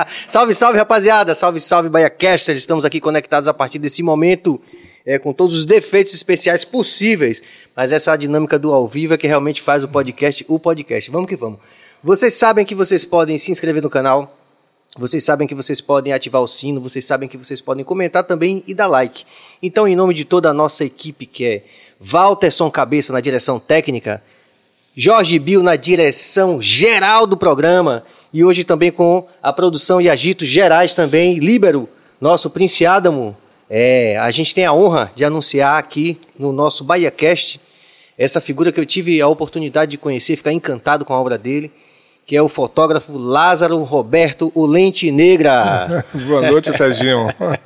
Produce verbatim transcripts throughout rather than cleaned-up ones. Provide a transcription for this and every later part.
Salve, salve, rapaziada. Salve, salve, BahiaCasters. Estamos aqui conectados a partir desse momento é, com todos os defeitos especiais possíveis. Mas essa é a dinâmica do ao vivo é que realmente faz o podcast o podcast. Vamos que vamos. Vocês sabem que vocês podem se inscrever no canal. Vocês sabem que vocês podem ativar o sino. Vocês sabem que vocês podem comentar também e dar like. Então, em nome de toda a nossa equipe, que é Walterson Cabeça na direção técnica, Jorge Bill na direção geral do programa e hoje também com a produção e agitos gerais também, Líbero, nosso Prince Adamo. É, a gente tem a honra de anunciar aqui no nosso BahiaCast essa figura que eu tive a oportunidade de conhecer, ficar encantado com a obra dele, que é o fotógrafo Lázaro Roberto, o Lente Negra. Boa noite, Teginho.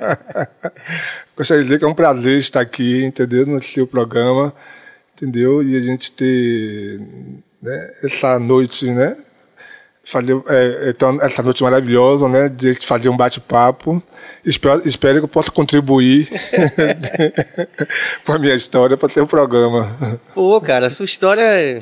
Gostaria de dizer que é um prazer estar aqui, entendeu, no seu programa, entendeu? E a gente ter, né, essa noite, né? Fazer, é, então, essa noite maravilhosa, né? De fazer um bate-papo. Espero, espero que eu possa contribuir com a minha história para ter um programa. Pô, cara, a sua história é...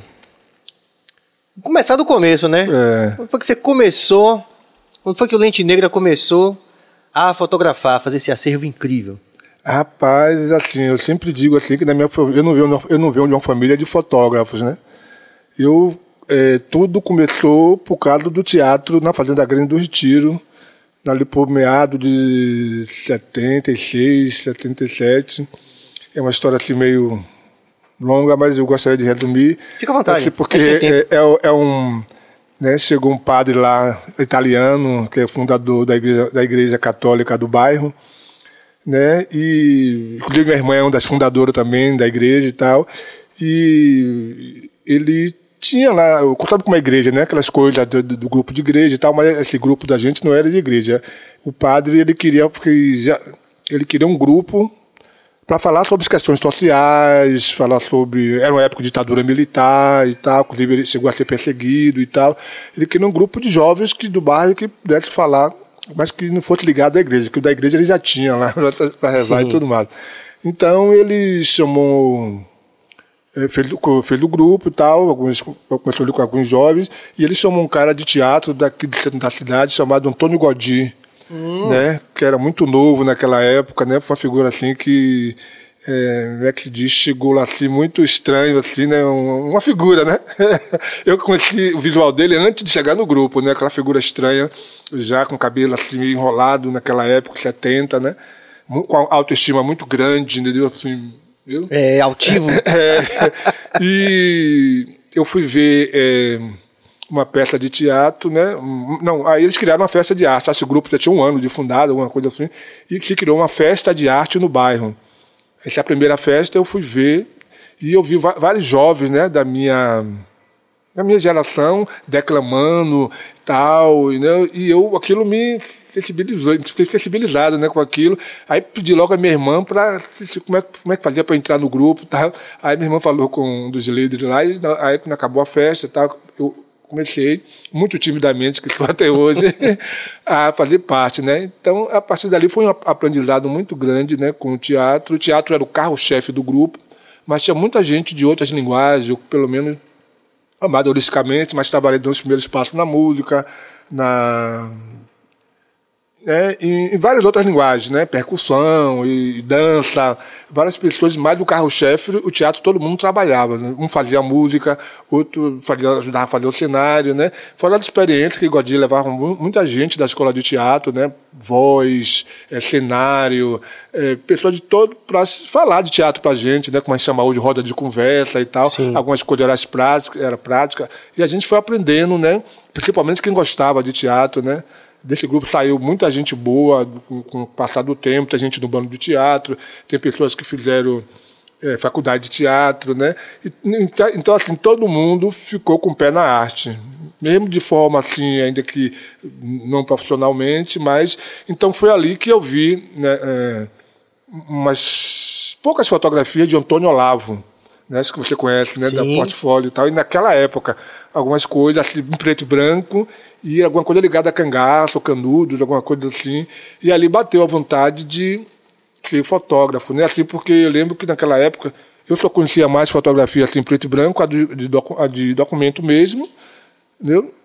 Vou começar do começo, né? É. Quando foi que você começou? Quando foi que o Lente Negra começou a fotografar, a fazer esse acervo incrível? Rapaz, assim, eu sempre digo assim que na minha, eu não venho, eu não venho de uma família de fotógrafos, né? Eu, é, tudo começou por causa do teatro na Fazenda Grande do Retiro, ali por meado de setenta e seis, setenta e sete. É uma história assim meio longa, mas eu gostaria de resumir. Fica à vontade. Assim, porque é, é, é um... Né, chegou um padre lá, italiano, que é fundador da igreja, da igreja católica do bairro, né? E inclusive minha irmã é uma das fundadoras também da igreja e tal, e ele tinha lá, eu contava com uma igreja, né? Aquelas coisas do, do, do grupo de igreja e tal, mas esse grupo da gente não era de igreja. O padre, ele queria, porque já, ele queria um grupo para falar sobre as questões sociais, falar sobre... Era uma época de ditadura militar e tal, inclusive ele chegou a ser perseguido e tal. Ele queria um grupo de jovens que, do bairro que pudesse falar, mas que não fosse ligado à igreja, que o da igreja ele já tinha lá para rezar. Sim. E tudo mais. Então ele chamou... Fez do, fez do grupo e tal, alguns, começou ali com alguns jovens, e ele chamou um cara de teatro daqui da cidade chamado Antônio Godin. Hum. Né, que era muito novo naquela época, né, foi uma figura assim que é, como é que diz, chegou lá assim, muito estranho, assim, né, uma figura, né, eu conheci o visual dele antes de chegar no grupo, né, aquela figura estranha, já com cabelo assim, meio enrolado naquela época, setenta, né, com a autoestima muito grande, entendeu, assim, viu? É, altivo. É, e eu fui ver... É, uma peça de teatro, né? Não, aí eles criaram uma festa de arte. Esse grupo já tinha um ano de fundado, alguma coisa assim, e que criou uma festa de arte no bairro. Essa é a primeira festa, eu fui ver, e eu vi vários jovens, né, da minha, da minha geração declamando tal, e, né, e eu, aquilo me sensibilizou, fiquei sensibilizado, né, com aquilo. Aí pedi logo a minha irmã para como, é, como é que fazia para entrar no grupo, tal. Aí minha irmã falou com um dos líderes lá, e aí quando acabou a festa, tal, eu comecei, muito timidamente, que estou até hoje, a fazer parte, né? Então, a partir dali foi um aprendizado muito grande, né, com o teatro. O teatro era o carro-chefe do grupo, mas tinha muita gente de outras linguagens, ou pelo menos amadoristicamente, mas trabalhei nos primeiros passos na música, na... É, em, em várias outras linguagens, né? Percussão e, e dança, várias pessoas, mais do carro-chefe, o teatro todo mundo trabalhava, né? Um fazia música, outro fazia, ajudava a fazer o cenário, né? Fora da experiência que Godinho levava muita gente da escola de teatro, né? Voz, é, cenário, é, pessoas de todo para falar de teatro para a gente, né? Como a gente chama hoje, roda de conversa e tal. Sim. Algumas coisas eram práticas, era prática, e a gente foi aprendendo, né? Principalmente quem gostava de teatro, né? Desse grupo saiu muita gente boa com, com o passar do tempo, tem gente no bando de teatro, tem pessoas que fizeram é, faculdade de teatro, né? E, então, assim, todo mundo ficou com o pé na arte, mesmo de forma, assim, ainda que não profissionalmente, mas... Então foi ali que eu vi, né, é, umas poucas fotografias de Antônio Olavo, né, que você conhece, né, da Portfólio e tal, e naquela época, algumas coisas em preto e branco, e alguma coisa ligada a cangaço, canudos, alguma coisa assim, e ali bateu a vontade de ser fotógrafo, né, assim, porque eu lembro que naquela época eu só conhecia mais fotografia assim, em preto e branco, a de, de, docu, a de documento mesmo, entendeu?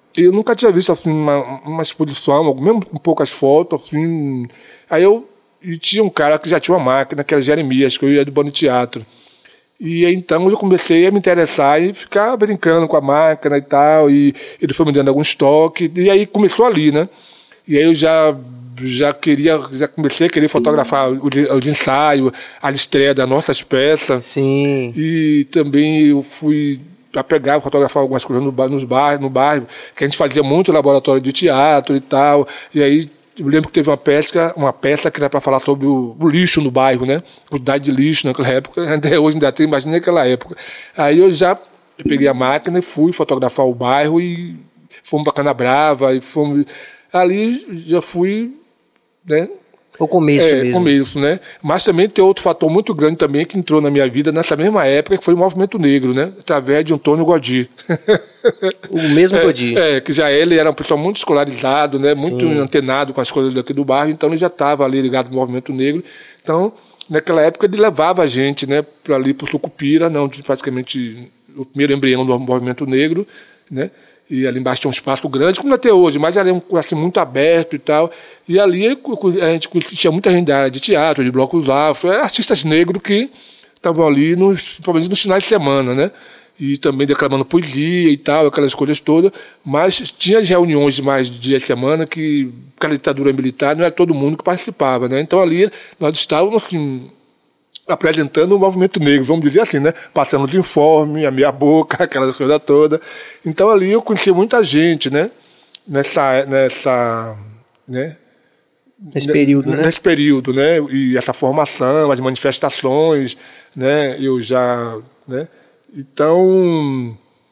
eu nunca tinha visto assim, uma, uma exposição, mesmo com poucas fotos. Assim. Aí eu e tinha um cara que já tinha uma máquina, que era Jeremias, que eu ia do Bando Teatro. E aí, então eu comecei a me interessar e ficar brincando com a máquina e tal. E ele foi me dando algum estoque. E aí começou ali, né? E aí eu já, já queria, já comecei a querer fotografar o, o ensaio, a estreia das nossas peças. Sim. E também eu fui a pegar, fotografar algumas coisas no, nos bar, no bairro, que a gente fazia muito laboratório de teatro e tal. E aí eu lembro que teve uma peça, uma peça que era para falar sobre o, o lixo no bairro, né? A quantidade de lixo naquela época, até hoje ainda tem, mas nem naquela época. Aí eu já eu peguei a máquina e fui fotografar o bairro e fomos para Canabrava e fomos... Ali já fui, né? O começo é, mesmo. começo, né? Mas também tem outro fator muito grande também que entrou na minha vida nessa mesma época, que foi o movimento negro, né? Através de Antônio Godí. O mesmo Godí. É, é, que já ele era uma pessoa muito escolarizado, né? Muito Sim. antenado com as coisas daqui do bairro, então ele já estava ali ligado no movimento negro. Então, naquela época ele levava a gente, né? Para ali para o Sucupira, não, praticamente o primeiro embrião do movimento negro, né? E ali embaixo tinha um espaço grande, como até hoje, mas ali é um assim, muito aberto e tal. E ali a gente tinha muita gente da área de teatro, de blocos afro, artistas negros que estavam ali, nos, provavelmente nos finais de semana, né? E também declamando poesia e tal, aquelas coisas todas. Mas tinha as reuniões mais de dia de semana que, com a ditadura militar, não era todo mundo que participava, né? Então ali nós estávamos assim, apresentando o movimento negro, vamos dizer assim, né? Passando de informe, a minha boca, aquelas coisas todas. Então ali eu conheci muita gente, né? Nessa, nessa, né? Nesse período, né? Nesse período, né? E essa formação, as manifestações, né? Eu já, né? Então,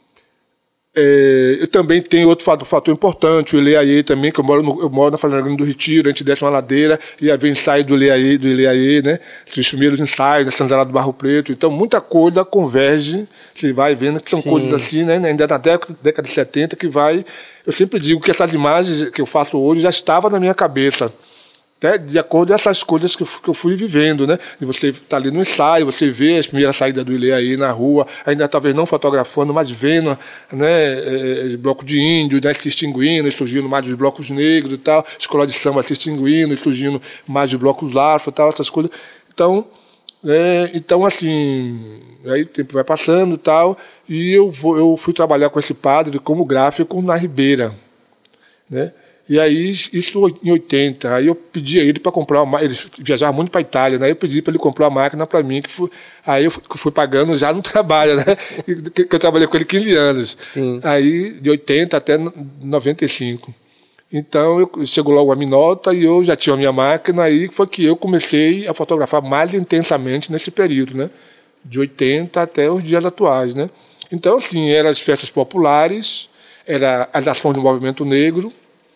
é, eu também tenho outro fator, fator importante, o Ileaê também, que eu moro, no, eu moro na Fazenda do Retiro, a gente desce uma ladeira e havia ensaio do Ileaê, do Ileaê, né? Os primeiros ensaios, na Sandra do Barro Preto. Então, muita coisa converge, você vai vendo que são Sim. coisas assim, né? Ainda na década, década de setenta, que vai... Eu sempre digo que essas imagens que eu faço hoje já estava na minha cabeça. Né, de acordo com essas coisas que eu, que eu fui vivendo, né? E você está ali no ensaio, você vê as primeiras saídas do Ilê aí na rua, ainda talvez não fotografando, mas vendo, né, é, bloco de índio, né, se extinguindo, surgindo mais dos blocos negros e tal, escola de samba se extinguindo, surgindo mais de blocos afro e tal, essas coisas. Então, é, então assim, aí o tempo vai passando e tal, e eu, vou, eu fui trabalhar com esse padre como gráfico na Ribeira, né? E aí, isso em oitenta, aí eu pedi a ele para comprar uma máquina, ele viajava muito para a Itália, né? Eu pedi para ele comprar uma máquina para mim, que fui, aí eu fui pagando já no trabalho, né? Que, que eu trabalhei com ele quinze anos. Sim. Aí, de oitenta até noventa e cinco. Então, eu, chegou logo a minota e eu já tinha a minha máquina, aí foi que eu comecei a fotografar mais intensamente nesse período, né? De oitenta até os dias atuais, né? Então, assim, eram as festas populares, era as ações do movimento negro.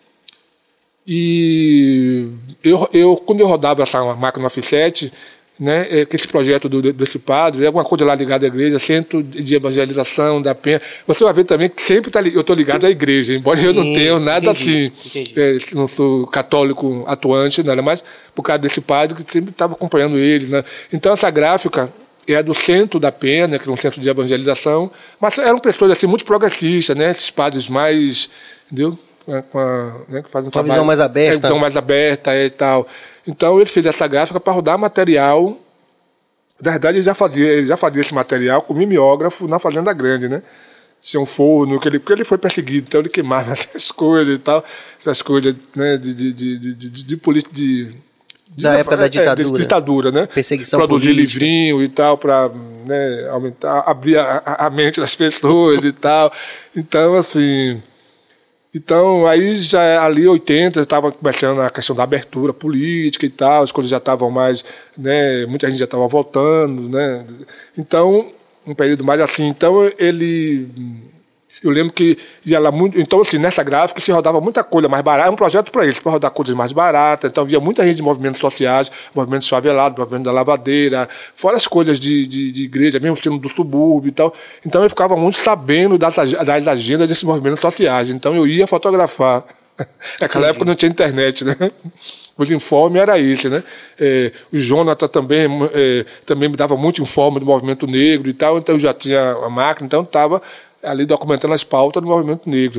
E eu, eu, quando eu rodava essa máquina F sete, né, que esse projeto do, desse padre, é alguma coisa lá ligada à igreja, Centro de Evangelização da Penha, você vai ver também que sempre tá, eu estou ligado à igreja, embora Sim, eu não tenha nada entendi, assim, entendi. É, não sou católico atuante, nada mais, por causa desse padre que sempre estava acompanhando ele. Né? Então essa gráfica é do Centro da Penha, né, que é um centro de evangelização, mas eram pessoas assim, muito progressistas, né, esses padres mais, entendeu? Com a, né, que faz um uma visão mais aberta. É, visão mais aberta e tal. Então ele fez essa gráfica para rodar material. Na verdade, ele já fazia, ele já fazia esse material com mimeógrafo na Fazenda Grande, né? Tinha um forno, que ele, porque ele foi perseguido, então ele queimava essas coisas e tal, essas coisas, né, de, de, de, de, de, de, de, de da época da ditadura. É, de ditadura, né? Perseguição Produzir política. livrinho e tal, para, né, aumentar, abrir a, a mente das pessoas e tal. Então, assim... Então, aí já ali, oitenta, estava começando a questão da abertura política e tal, as coisas já estavam mais, né, muita gente já estava voltando, né? Então, um período mais assim, então ele... Eu lembro que ia lá muito... Então, assim, nessa gráfica se rodava muita coisa mais barata, é um projeto para eles, para rodar coisas mais baratas, então havia muita gente de movimentos sociais, movimentos favelados, movimento da lavadeira, fora as coisas de, de, de igreja, mesmo sendo do subúrbio e tal. Então eu ficava muito sabendo das, das agendas desses movimentos sociais, então eu ia fotografar. Naquela época não tinha internet, né? O informe era esse, né? É, o Jonathan também, é, também me dava muito informe do movimento negro e tal, então eu já tinha a máquina, então estava ali documentando as pautas do movimento negro.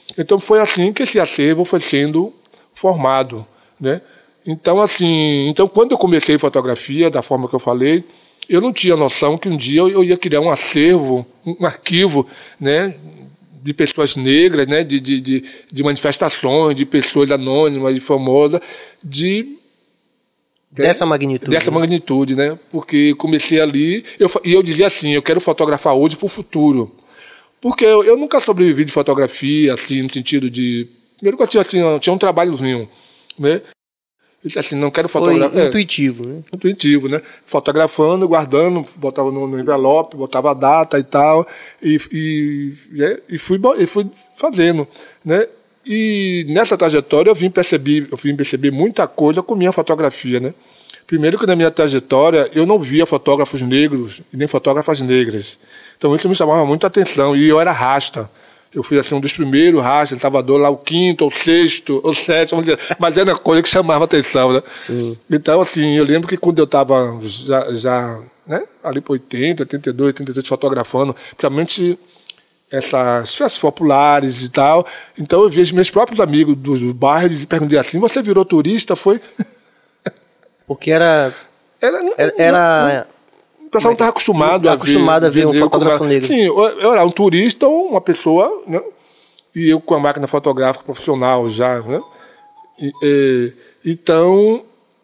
Então foi assim que esse acervo foi sendo formado, né? Então, assim, então, quando eu comecei fotografia, da forma que eu falei, eu não tinha noção que um dia eu ia criar um acervo, um arquivo, né, de pessoas negras, né, de, de, de, de manifestações, de pessoas anônimas e famosas, de... Dessa né, magnitude. Dessa né? magnitude, né? Porque comecei ali, eu, e eu dizia assim, eu quero fotografar hoje para o futuro. Porque eu, eu nunca sobrevivi de fotografia, assim, no sentido de... Primeiro que eu tinha, tinha, tinha um trabalhozinho, né? Assim, não quero fotografar. Foi intuitivo, é, né? Intuitivo, né? Fotografando, guardando, botava no, no envelope, botava a data e tal, e, e, e, fui, e fui fazendo, né? E nessa trajetória eu vim perceber, eu vim perceber muita coisa com minha fotografia, né? Primeiro que na minha trajetória eu não via fotógrafos negros e nem fotógrafas negras. Então isso me chamava muita atenção, e eu era rasta. Eu fui assim, um dos primeiros rastros, em Salvador, lá o quinto, ou sexto, ou sétimo, mas era coisa que chamava atenção, né? Sim. Então, assim, eu lembro que quando eu estava já, já né, ali para oitenta, oitenta e dois, oitenta e três, fotografando, principalmente essas festas populares e tal, então eu vi os meus próprios amigos do bairro e perguntei assim, você virou turista, foi? Porque era... Era... era, era... O pessoal não estava acostumado, a, acostumado a ver, a ver um fotógrafo negro. Sim, eu era um turista ou uma pessoa, né? E eu com a máquina fotográfica profissional já, né? E, e, então,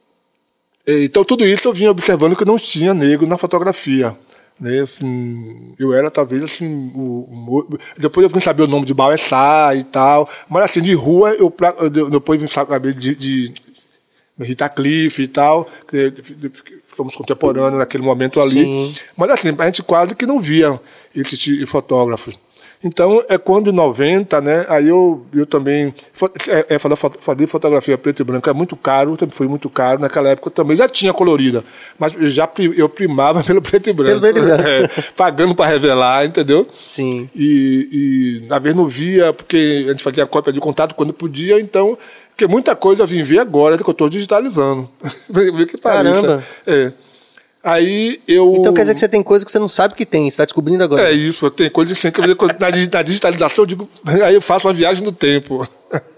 e, então, tudo isso eu vinha observando que não tinha negro na fotografia. Né? Assim, eu era, talvez, assim... O, o, depois eu vim saber o nome de Bauessá e tal, mas assim, de rua, eu, eu depois vim saber de... de Rita Cliff e tal, que ficamos contemporâneos naquele momento ali. Sim. Mas assim, a gente quase que não via esses fotógrafos. Então, é quando em noventa, né, aí eu, eu também... É, é, fazer fotografia preto e branco é muito caro, também foi muito caro. Naquela época eu também já tinha colorida, mas eu, já, eu primava pelo preto e branco. Pelo preto e branco. É, pagando para revelar, entendeu? Sim. E, e, às vezes, não via, porque a gente fazia cópia de contato quando podia, então... Porque muita coisa eu vim ver agora, que eu estou digitalizando. Que Caramba! É. Aí eu... Então quer dizer que você tem coisa que você não sabe que tem, você está descobrindo agora. É isso, tem coisas que tem que ver com... Na digitalização, eu digo... Aí eu faço uma viagem no tempo.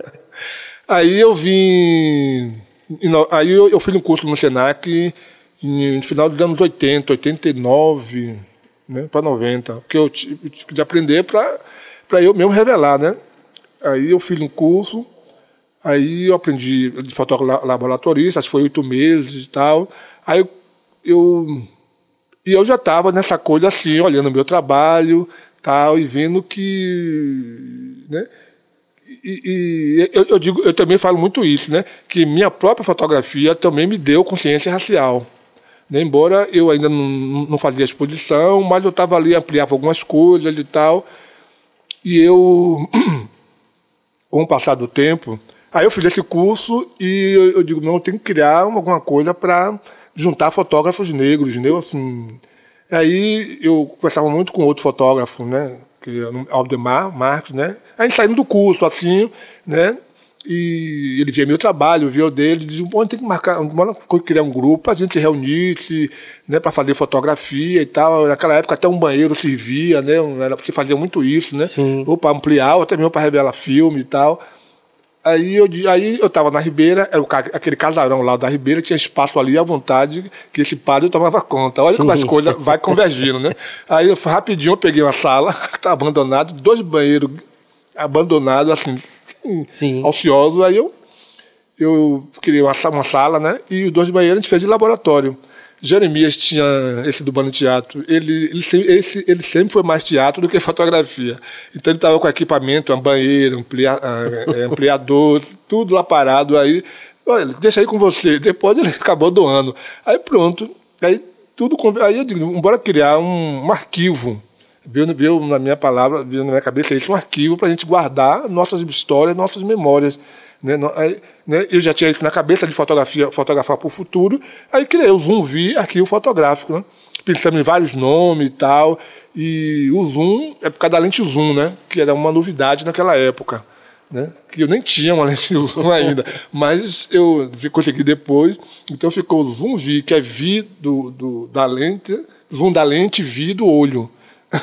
Aí eu vim... Aí eu fiz um curso no Senac no final dos anos oitenta, oitenta e nove, né, para noventa. Porque eu tive de aprender para eu mesmo revelar, né? Aí eu fiz um curso... Aí eu aprendi de fotógrafo laboratorista, foi oito meses e tal. Aí eu, eu, e eu já estava nessa coisa assim, olhando o meu trabalho tal, e vendo que... Né, e, e eu, eu, digo, eu também falo muito isso, né, que minha própria fotografia também me deu consciência racial. Né, embora eu ainda não, não fazia exposição, mas eu estava ali, ampliava algumas coisas e tal. E eu, com o passar do tempo... Aí eu fiz esse curso e eu, eu digo, não, eu tenho que criar alguma coisa para juntar fotógrafos negros, entendeu? Assim, aí eu conversava muito com outro fotógrafo, né? Que é o Aldemar Marques, né? A gente saindo do curso, assim, né? E ele via meu trabalho, via o dele, dizia, pô, a gente tem que marcar, vamos criar um grupo para a gente reunir, né? Para fazer fotografia e tal. Naquela época até um banheiro servia, né? Você fazia muito isso, né? Sim. Ou para ampliar, ou até mesmo para revelar filme e tal. Aí eu aí eu estava na Ribeira, era o, aquele casarão lá da Ribeira, tinha espaço ali à vontade, que esse padre tomava conta. Olha Sim. como as coisas vai convergindo, né? Aí eu rapidinho eu peguei uma sala que estava abandonada, dois banheiros abandonados, assim, Sim. ociosos. Aí eu, eu criei uma, uma sala, né? E os dois banheiros a gente fez de laboratório. Jeremias tinha esse do Bando Teatro, ele, ele, ele, ele sempre foi mais teatro do que fotografia. Então ele estava com equipamento, um banheiro, amplia, ampliador, tudo lá parado. Aí, olha, deixa aí com você. Depois ele acabou doando. Aí pronto. Aí, tudo, aí eu digo, bora criar um, um arquivo. Viu, viu na minha palavra, viu na minha cabeça isso, um arquivo para a gente guardar nossas histórias, nossas memórias. Né? Aí, né? Eu já tinha na cabeça de fotografia, fotografar para o futuro, aí criei o Zoom V, arquivo fotográfico, né? Pensando em vários nomes e tal, e o Zoom é por causa da lente Zoom, né? Que era uma novidade naquela época, né? Que eu nem tinha uma lente Zoom ainda, mas eu consegui depois, então ficou o Zoom V, que é V do, do, da lente, Zoom da lente, V do olho.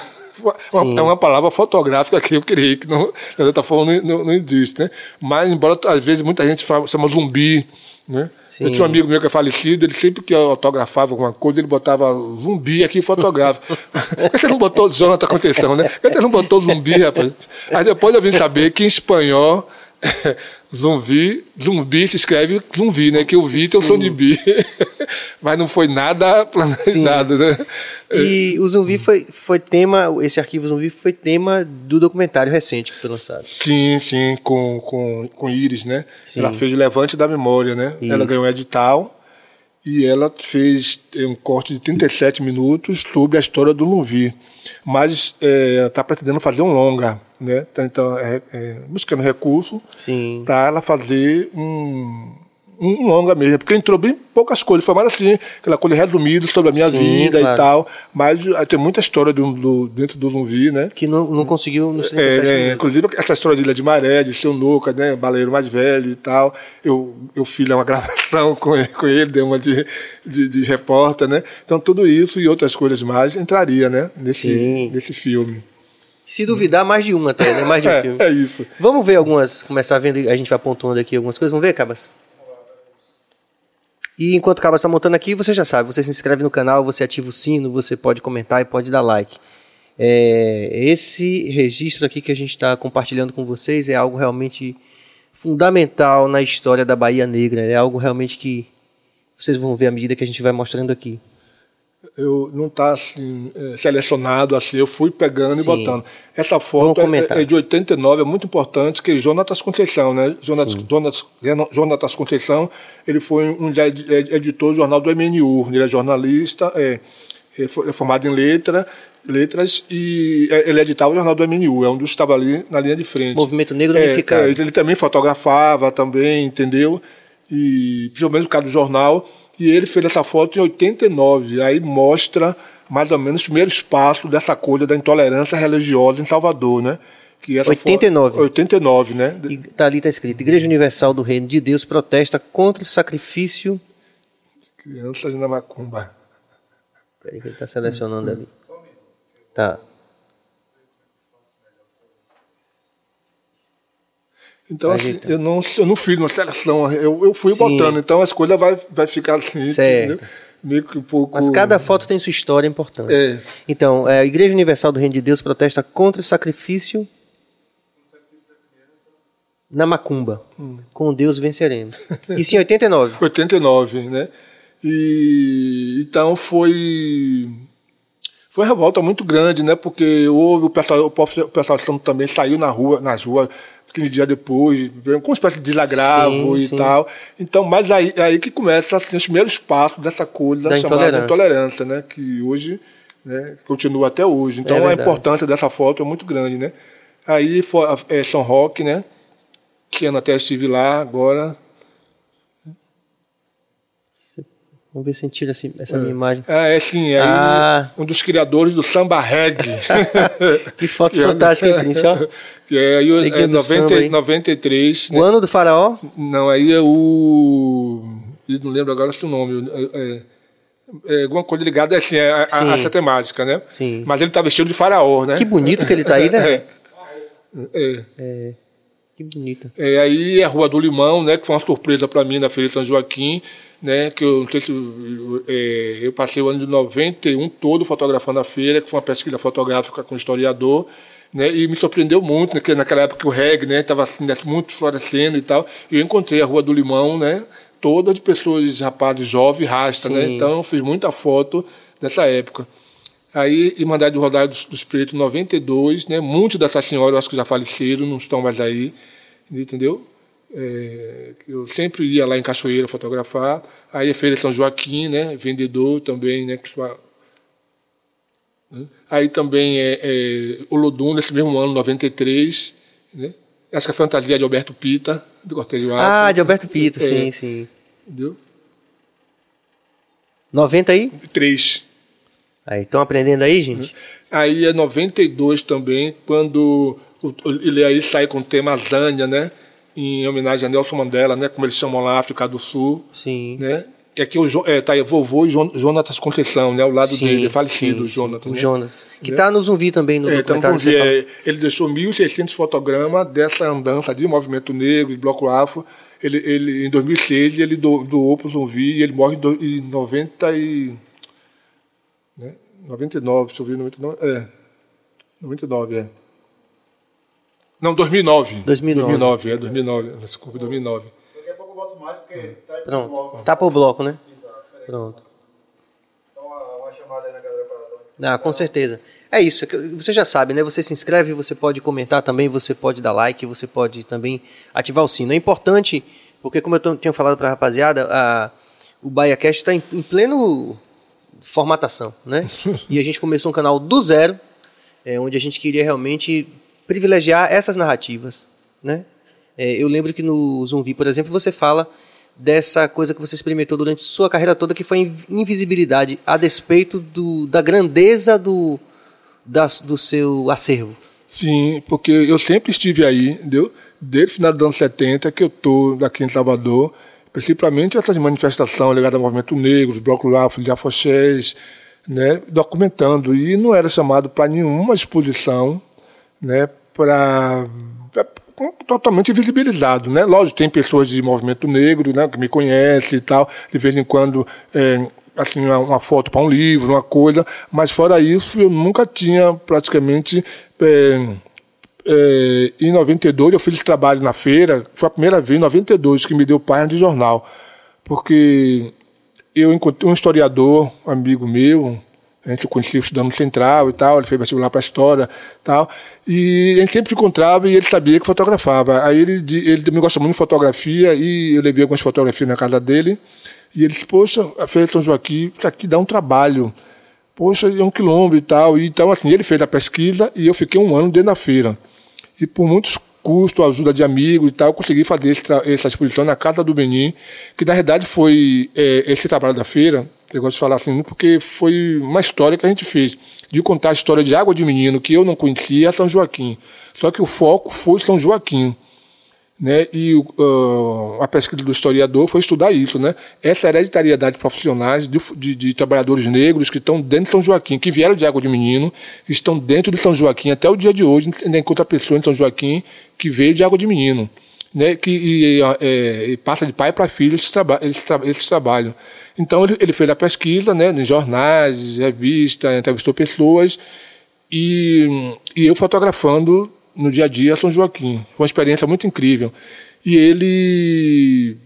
uma, é uma palavra fotográfica que eu criei, que não, de certa forma não, não, não existe, né? Mas, embora às vezes muita gente fala, chama zumbi, né? Eu tinha um amigo meu que é falecido, ele sempre que autografava alguma coisa, ele botava zumbi aqui fotográfico. Por que você não botou Jonathan Conceição, né? Por que você não botou zumbi, rapaz? Aí depois eu vim saber que em espanhol, zumbi, zumbi se escreve zumbi, né? Que eu vi tem o som de bi. Mas não foi nada planejado, Sim. né? E o zumbi foi, foi tema, esse arquivo zumbi foi tema do documentário recente que foi lançado. Sim, sim, com, com, com Iris, né? Sim. Ela fez o Levante da Memória, né? Isso. Ela ganhou um edital e ela fez um corte de trinta e sete minutos sobre a história do zumbi. Mas é, está pretendendo fazer um longa, né? Então, é, é, buscando recurso para ela fazer um, um longa mesmo, porque entrou bem poucas coisas, foi mais assim, aquela coisa resumida sobre a minha Sim, vida claro. e tal, mas tem muita história do, do, dentro do zumbi, né? Que não, não conseguiu nos trinta e sete é, é, inclusive essa história de Ilha de Maré, de seu Nuca, né? Baleiro mais velho e tal, eu, eu fiz uma gravação com ele, com ele dei uma de, de, de repórter, né? Então tudo isso e outras coisas mais entraria, né? Nesse, nesse filme. Se duvidar, mais de uma até, né? Mais de um é, filme. É isso. Vamos ver algumas, começar vendo, a gente vai pontuando aqui algumas coisas, vamos ver, Cabas? E enquanto o Cabas está montando aqui, você já sabe, você se inscreve no canal, você ativa o sino, você pode comentar e pode dar like. É, esse registro aqui que a gente está compartilhando com vocês é algo realmente fundamental na história da Bahia Negra, é algo realmente que vocês vão ver à medida que a gente vai mostrando aqui. Eu não está assim, é, selecionado assim, eu fui pegando Sim. e botando. Essa foto é, é de oitenta e nove, é muito importante, que é Jonatas Conceição, né? Jonatas, Jonatas, Jonatas Conceição, ele foi um editor do jornal do M N U, ele é jornalista, é, é formado em letra, letras e ele editava o jornal do M N U, é um dos que estava ali na linha de frente. Movimento Negro Unificado. É, é, ele também fotografava, também, entendeu? E principalmente no caso do jornal. E ele fez essa foto em oitenta e nove, aí mostra mais ou menos os primeiros passos dessa coisa da intolerância religiosa em Salvador, né? Que essa oitenta e nove. Foto, oitenta e nove, né? E tá ali está escrito, Igreja Universal do Reino de Deus protesta contra o sacrifício... Crianças na macumba. Peraí que ele está selecionando hum. ali. Tá. Então, assim, eu, não, eu não fiz uma seleção, eu, eu fui Sim. botando, então a escolha vai, vai ficar assim, certo. meio que um pouco... Mas cada foto tem sua história importante. É. Então, a Igreja Universal do Reino de Deus protesta contra o sacrifício na macumba. Hum. Com Deus venceremos. Isso em oitenta e nove. oitenta e nove, né? E, então foi... Foi uma revolta muito grande, né? Porque houve o pessoal, o pessoal de Santo também saiu na rua, nas ruas, quinze dias depois, com uma espécie de desagravo sim, e sim. tal. Então, mas aí, aí que começa assim, os primeiros passos dessa coisa da chamada intolerância. intolerância, né? Que hoje, né, continua até hoje. Então, é a importância dessa foto é muito grande, né? Aí foi é, São Roque, né? Que eu até estive lá agora. Vamos ver se a gente tira assim, essa é. minha imagem. Ah, é sim, é ah. um dos criadores do samba reggae. Que foto fantástica, é, Príncipe, ó. Que é, aí, é noventa, aí. noventa e três. O né? ano do faraó? Não, aí é o... Eu não lembro agora o nome. É, é, alguma coisa ligada assim, a, a essa temática, né? Sim. Mas ele tá vestido de faraó, né? Que bonito que ele tá aí, né? É. é. é. Que bonito. É, aí é a Rua do Limão, né? Que foi uma surpresa para mim na Feira de São Joaquim. Né, que eu, não sei se, é, eu passei o ano de noventa e um todo fotografando a feira, que foi uma pesquisa fotográfica com historiador, né, e me surpreendeu muito, né, que naquela época o reggae estava né, assim, muito florescendo e tal, e eu encontrei a Rua do Limão, né, toda de pessoas, rapazes jovens, rasta, né, então eu fiz muita foto dessa época. Aí, Irmandade do Rosário dos, dos Pretos, em noventa e dois, né, muitos dessa senhora eu acho que já faleceram, não estão mais aí, entendeu? É, eu sempre ia lá em Cachoeira fotografar. Aí a Feira de São Joaquim, né, vendedor também, né, aí também é, é Olodum, nesse mesmo ano, noventa e três, né, essa fantasia de Alberto Pita, do Cortejo Afro. Ah, de Alberto Pita, é, sim, sim. Entendeu? noventa e três. Aí, estão aprendendo aí, gente? Aí é noventa e dois também, quando ele aí sai com o tema Zânia, né, em homenagem a Nelson Mandela, né, como eles chamam lá, África do Sul. Sim. Né? que aqui o é, tá aí, vovô e Jonatas Conceição, né? Ao lado Sim, dele, falecido, sim, o Jonatas. O né? Jonas. Que está no Zumbi também, no é, documentário. Então, é, ele deixou mil e seiscentos fotogramas dessa andança de movimento negro, de bloco afro. Ele, ele, em dois mil e seis, ele do, doou para o Zumbi e ele morre em noventa e... Né? noventa e nove, deixa eu ver, noventa e nove, é. noventa e nove, é. Não, dois mil e nove. dois mil e nove. dois mil e nove, é, dois mil e nove. Desculpa, dois mil e nove. Daqui a pouco eu boto mais, porque tá aí pro Pronto. bloco. Tá por bloco, né? Exato, peraí. Pronto. Então, uma, uma chamada aí na galera para dar uma inscrição. Ah, com certeza. É isso, você já sabe, né? Você se inscreve, você pode comentar também, você pode dar like, você pode também ativar o sino. É importante, porque como eu tô, tinha falado para a rapaziada, a, o BahiaCast está em, em pleno formatação, né? E a gente começou um canal do zero, é, onde a gente queria realmente privilegiar essas narrativas, né? É, eu lembro que no Zumbi, por exemplo, você fala dessa coisa que você experimentou durante sua carreira toda, que foi a invisibilidade, a despeito do, da grandeza do, da, do seu acervo. Sim, porque eu sempre estive aí, entendeu? Desde o final dos anos setenta, que eu estou aqui em Salvador, principalmente essas manifestações ligadas ao movimento negro, bloco afro, de afoxés, né, documentando. E não era chamado para nenhuma exposição, né, para... totalmente visibilizado, né? Lógico, tem pessoas de movimento negro, né, que me conhecem e tal, de vez em quando, é, assim, uma, uma foto para um livro, uma coisa, mas fora isso, eu nunca tinha praticamente... É, é, em noventa e dois, eu fiz esse trabalho na feira, foi a primeira vez, em noventa e dois, que me deu página de jornal, porque eu encontrei um historiador, um amigo meu, a gente conhecia estudando no Central e tal, ele fez vestibular para História e tal, e a gente sempre encontrava e ele sabia que fotografava. Aí ele, ele também gosta muito de fotografia e eu levei algumas fotografias na casa dele e ele disse, poxa, a Feira de São Joaquim, isso aqui dá um trabalho, poxa, é um quilômetro e tal. E, então, assim, ele fez a pesquisa e eu fiquei um ano dentro da feira. E por muitos custos, ajuda de amigos e tal, eu consegui fazer essa, essa exposição na Casa do Benin, que na verdade foi é, esse trabalho da feira. Eu gosto de falar assim, porque foi uma história que a gente fez, de contar a história de Água de Menino, que eu não conhecia, São Joaquim. Só que o foco foi São Joaquim, né? E uh, a pesquisa do historiador foi estudar isso, né? Essa hereditariedade de profissionais, de, de, de trabalhadores negros que estão dentro de São Joaquim, que vieram de Água de Menino, que estão dentro de São Joaquim até o dia de hoje, ainda encontra pessoa em São Joaquim que veio de Água de Menino, né? Que e, e, e passa de pai para filho esse, traba esse, tra esse trabalho. Então ele, ele fez a pesquisa, né, em jornais, revistas, entrevistou pessoas e, e eu fotografando no dia a dia São Joaquim. Foi uma experiência muito incrível. E ele...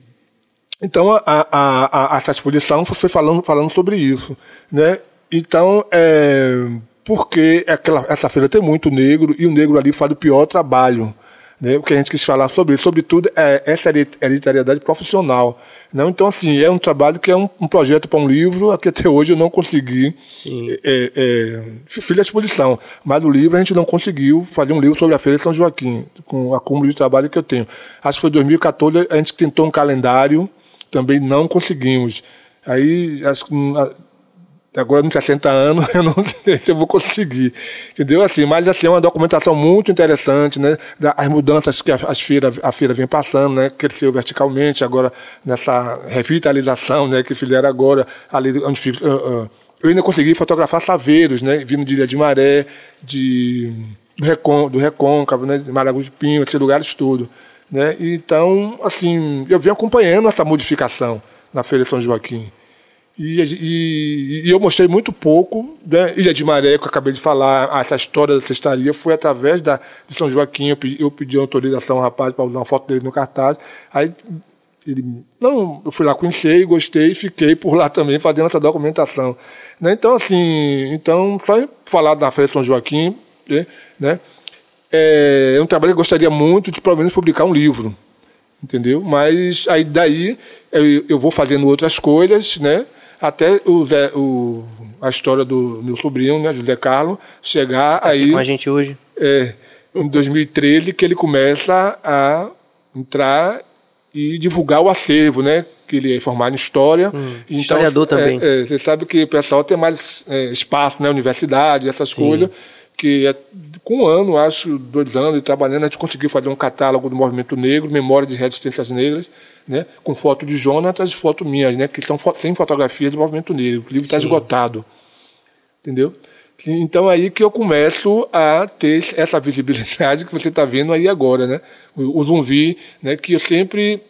Então a, a, a, a exposição foi falando, falando sobre isso, né? Então, é, porque aquela, essa feira tem muito negro e o negro ali faz o pior trabalho. Né, o que a gente quis falar sobre isso, sobretudo, é essa hereditariedade profissional. Não? Então, assim, é um trabalho que é um, um projeto para um livro, que até hoje eu não consegui. Sim. É, é, fiz a exposição, mas o livro a gente não conseguiu fazer um livro sobre a Feira de São Joaquim, com o acúmulo de trabalho que eu tenho. Acho que foi em dois mil e quatorze, a gente tentou um calendário, também não conseguimos. Aí, acho que... Agora, com sessenta anos, eu não sei se eu vou conseguir. Entendeu? Assim, mas assim, é uma documentação muito interessante, né? As mudanças que a, as feira, a feira vem passando, né? Cresceu verticalmente, agora nessa revitalização, né? Que fizeram agora, ali onde fica. Uh, uh, eu ainda consegui fotografar saveiros, né? Vindo de Ilha de Maré, de, do, Recon, do Recôncavo, né? De Maragogi de Pinho, esses lugares todos. Né? Então, assim, eu venho acompanhando essa modificação na Feira de São Joaquim. E, e, e eu mostrei muito pouco, né? Ilha de Maré, que eu acabei de falar, essa história da cestaria foi através da, de São Joaquim. Eu pedi, eu pedi autorização ao rapaz para usar uma foto dele no cartaz. Aí ele, não, eu fui lá, conheci, gostei e fiquei por lá também fazendo essa documentação. Né? Então, assim, então, só falar da Feira de São Joaquim, né? É um trabalho que eu gostaria muito de, pelo menos, publicar um livro. Entendeu? Mas aí daí eu, eu vou fazendo outras coisas, né? Até o, Zé, o, a história do meu sobrinho, né, José Carlos, chegar tá aí... com a gente hoje. É, em dois mil e treze, que ele começa a entrar e divulgar o acervo, né? Que ele é formado em História. Hum, então, historiador também. É, é, você sabe que o pessoal tem mais é, espaço, né? Universidade, essas Sim. coisas, que é, com um ano, acho, dois anos, trabalhando, a gente conseguiu fazer um catálogo do movimento negro, memória de resistências negras, né, com foto de Jonatas e foto minhas, né, que são, tem fotografias do movimento negro. O livro está esgotado. Entendeu? Então, aí que eu começo a ter essa visibilidade que você está vendo aí agora, né? O, o zumbi, né? Que eu sempre...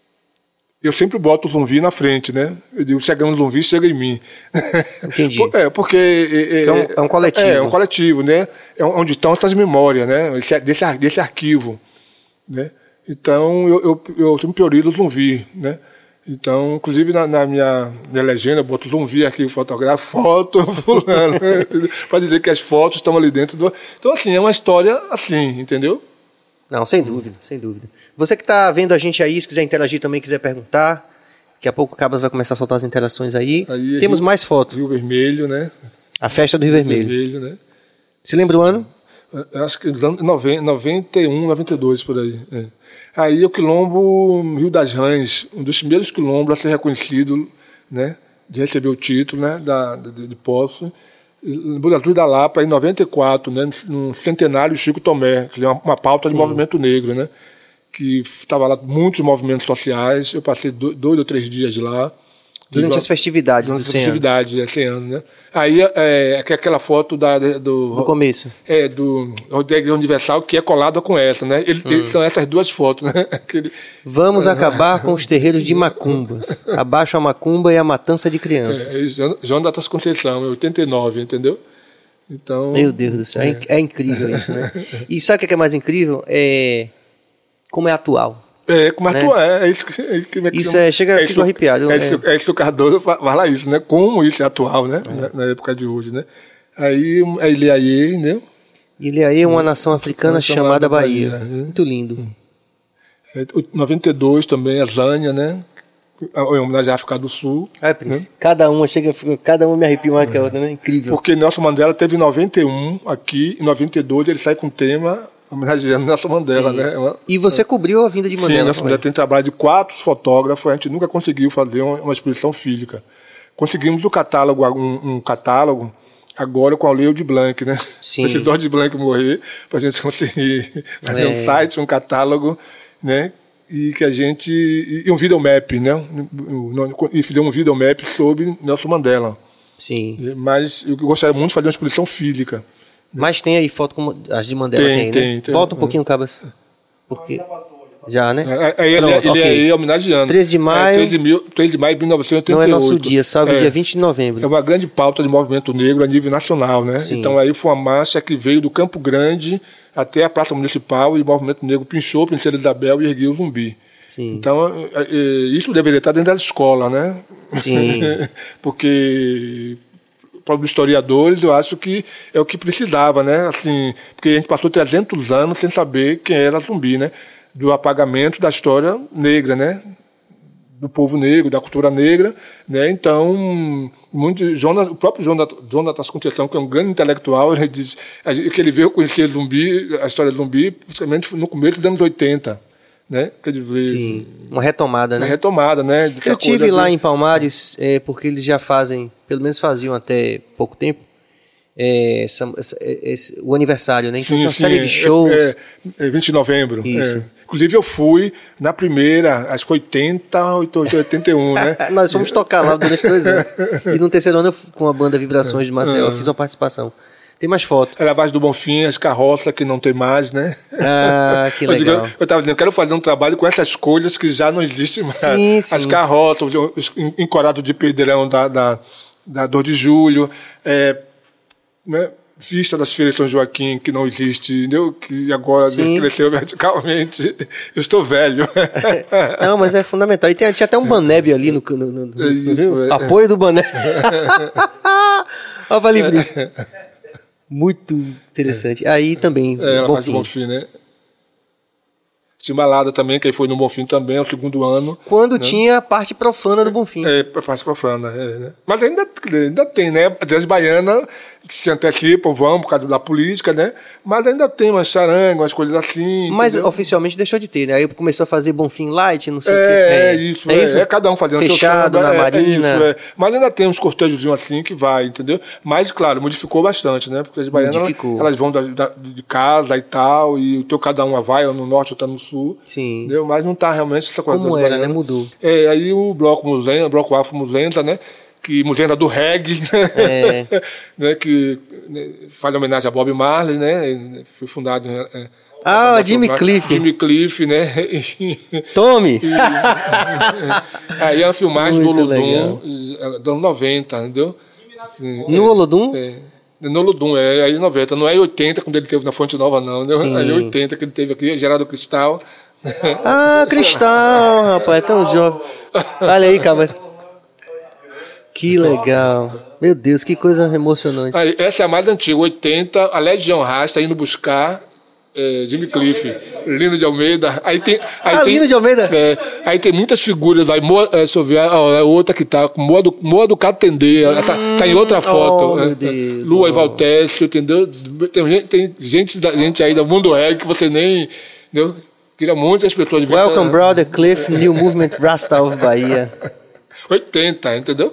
Eu sempre boto o zumbi na frente, né? Eu digo, chegando no zumbi, chega em mim. Entendi. É, porque... É, é, um, é um coletivo. É, é um coletivo, né? É onde estão essas memórias, né? Desse, desse arquivo, né? Então, eu, eu, eu sempre priorizo o zumbi, né? Então, inclusive, na, na minha, minha legenda, eu boto zumbi aqui, fotografo, foto, fulano, para dizer que as fotos estão ali dentro do... Então, assim, é uma história assim, entendeu? Não, sem dúvida, sem dúvida. Você que está vendo a gente aí, se quiser interagir também, quiser perguntar, daqui a pouco o Cabas vai começar a soltar as interações aí. aí Temos Rio, mais fotos. Rio Vermelho, né? A festa do Rio, Rio Vermelho. Vermelho, né? Você lembra o ano? Eu acho que noventa e um, noventa e dois, por aí. É. Aí o quilombo Rio das Rãs, um dos primeiros quilombos a ser reconhecido, né, de receber o título, né, da, de, de posse, Buratura da Lapa, em noventa e quatro, né, no centenário Chico Tomé, que é uma, uma pauta Sim. de movimento negro, né, que estava lá muitos movimentos sociais. Eu passei dois, dois ou três dias lá. Durante as festividades Durante as festividades, é, tem anos, né? Aí, é, é aquela foto da, do... Do começo. É, do da Igreja Universal, que é colada com essa, né? Ele, hum. ele, são essas duas fotos, né? Aquele... Vamos acabar com os terreiros de macumbas. Abaixo a macumba e a matança de crianças. É, João Datas Conceição, é oitenta e nove, entendeu? Então... Meu Deus do céu, é, é incrível isso, né? E sabe o que é mais incrível? É como é atual. É, como né? atual, é, é isso que, é, que Isso é, chega a é ficar arrepiado. É, é, é isso que o Cardoso fala isso, né? Como isso é atual, né? É. Na, na época de hoje, né? Aí, a Ilhaê, né? Ilhaê é uma nação africana uma chamada, chamada Bahia. Bahia. Muito lindo. É, noventa e dois também, a Zânia, né? Em homenagem à África do Sul. É, Prince. Né? Cada uma chega, cada uma me arrepia mais é. que a outra, né? Incrível. Porque Nelson Mandela teve em noventa e um aqui, em noventa e dois ele sai com o tema homenageando Nelson Mandela, Sim. né? Uma, e você cobriu a vinda de Mandela. Sim, Nelson Mandela tem trabalho de quatro fotógrafos, a gente nunca conseguiu fazer uma, uma exposição física. Conseguimos o catálogo, um, um catálogo, agora com a Leo de Blanc, né? Sim. Antes do de Blanc morrer, para a gente conseguir fazer é. um site, um catálogo, né? E que a gente... E um videomap, né? E fizemos um videomap sobre Nelson Mandela. Sim. Mas eu gostaria muito de fazer uma exposição física. Mas tem aí foto como as de Mandela, tem, tem, tem né? Tem, Volta um pouquinho, Cabas. Porque... Já, né? Aí ele, Pronto, ele okay. é aí homenageando. três de maio. É, três de maio de mil novecentos e oitenta e oito. Não é nosso dia, salve é, dia vinte de novembro. É uma grande pauta de movimento negro a nível nacional, né? Sim. Então aí foi uma marcha que veio do Campo Grande até a Praça Municipal e o movimento negro pinchou, Princesa Isabel e ergueu o Zumbi. Sim. Então, isso deveria estar dentro da escola, né? Sim. Porque... para os historiadores, eu acho que é o que precisava, né? Assim, porque a gente passou trezentos anos sem saber quem era Zumbi, né? Do apagamento da história negra, né? Do povo negro, da cultura negra, né? Então, muito, Jonas, o próprio Jonatas Conceição, que é um grande intelectual, ele diz que ele veio conhecer Zumbi, a história do Zumbi, principalmente no começo dos anos oitenta. Né? Quer dizer, Sim, uma retomada, né? Uma retomada, né? Eu tive lá de... em Palmares, é, porque eles já fazem, pelo menos faziam até pouco tempo, é, essa, essa, esse, o aniversário, né? Então sim, tem uma sim, série de shows. É, é, é vinte de novembro. Isso. É. Inclusive eu fui na primeira, acho que oitenta, oitenta e um, né? Nós fomos tocar lá durante dois anos. E no terceiro ano, eu, com a banda Vibrações de Marcelo, eu fiz uma participação. Tem mais fotos. A lavagem do Bonfim, as carroças que não tem mais, né? Ah, que legal. Eu estava dizendo, eu quero fazer um trabalho com essas coisas que já não existem mais. Sim, sim. As carroças, os encorados de pedrão da, da, da Dor de Julho, é, né? Vista das Feiras de São Joaquim, que não existe, entendeu? Que agora cresceu verticalmente. Eu estou velho. Não, mas é fundamental. E tem, tinha até um Baneb ali no, no, no, no, no é. Apoio do Baneb. Olha o Livre. Muito interessante. É. Aí também. É, ela faz o Bonfim, né? Timbalada também, que aí foi no Bonfim também, é o segundo ano. Quando né? tinha a parte profana do Bonfim. É, a parte profana. É, né? Mas ainda, ainda tem, né? A Deus Baiana se antecipam, vão por causa da política, né? Mas ainda tem umas charangas, umas coisas assim. Mas entendeu? Oficialmente deixou de ter, né? Aí começou a fazer Bonfim Light, não sei o É, quê. é isso, é, é isso. é cada um fazendo seu Fechado samba, na é, Marina. É isso, é. Mas ainda tem uns cortejos assim que vai, entendeu? Mas, claro, modificou bastante, né? Porque as baianas, Modificou. elas vão da, da- de casa e tal, e o teu cada uma vai, ou no norte, ou tá no sul. Sim. Entendeu? Mas não tá realmente essa coisa Como das era, baianas. né? Mudou. É, aí o bloco Musenda, o bloco Afro Musenda, né? Que Musenda do reggae, É. né? Que né, faz homenagem a Bob Marley, né? Foi fundado... É, Ah, Jimmy Cliff. Jimmy Cliff, né? Tome! Aí é uma filmagem Muito do legal. Olodum, dos anos noventa, entendeu? Assim, No Olodum? é, é, no Olodum, é aí noventa, não é oitenta, quando ele teve na Fonte Nova, não. Né? Sim. Aí é oitenta que ele teve aqui, Geraldo Cristal. Ah, Cristal, rapaz, é tão jovem. Olha aí, Cabas. Que legal. Meu Deus, que coisa emocionante. Aí, essa é a mais antiga, oitenta, a Legião Rasta indo buscar é, Jimmy Cliff, Lino de Almeida. Aí tem, aí Ah, tem, Lino de Almeida? É, aí tem muitas figuras aí. Moa, é, deixa eu ver, ó, é outra que tá com Moa do, Moa do Catendê, ela tá, tá em outra foto. oh, né? meu Deus. Lua e Valteste, entendeu? Tem gente, tem gente, da, gente aí do mundo reggae que você nem. Entendeu? Queria muitas pessoas de Welcome, brother Cliff, New Movement Rasta of Bahia. oitenta, entendeu?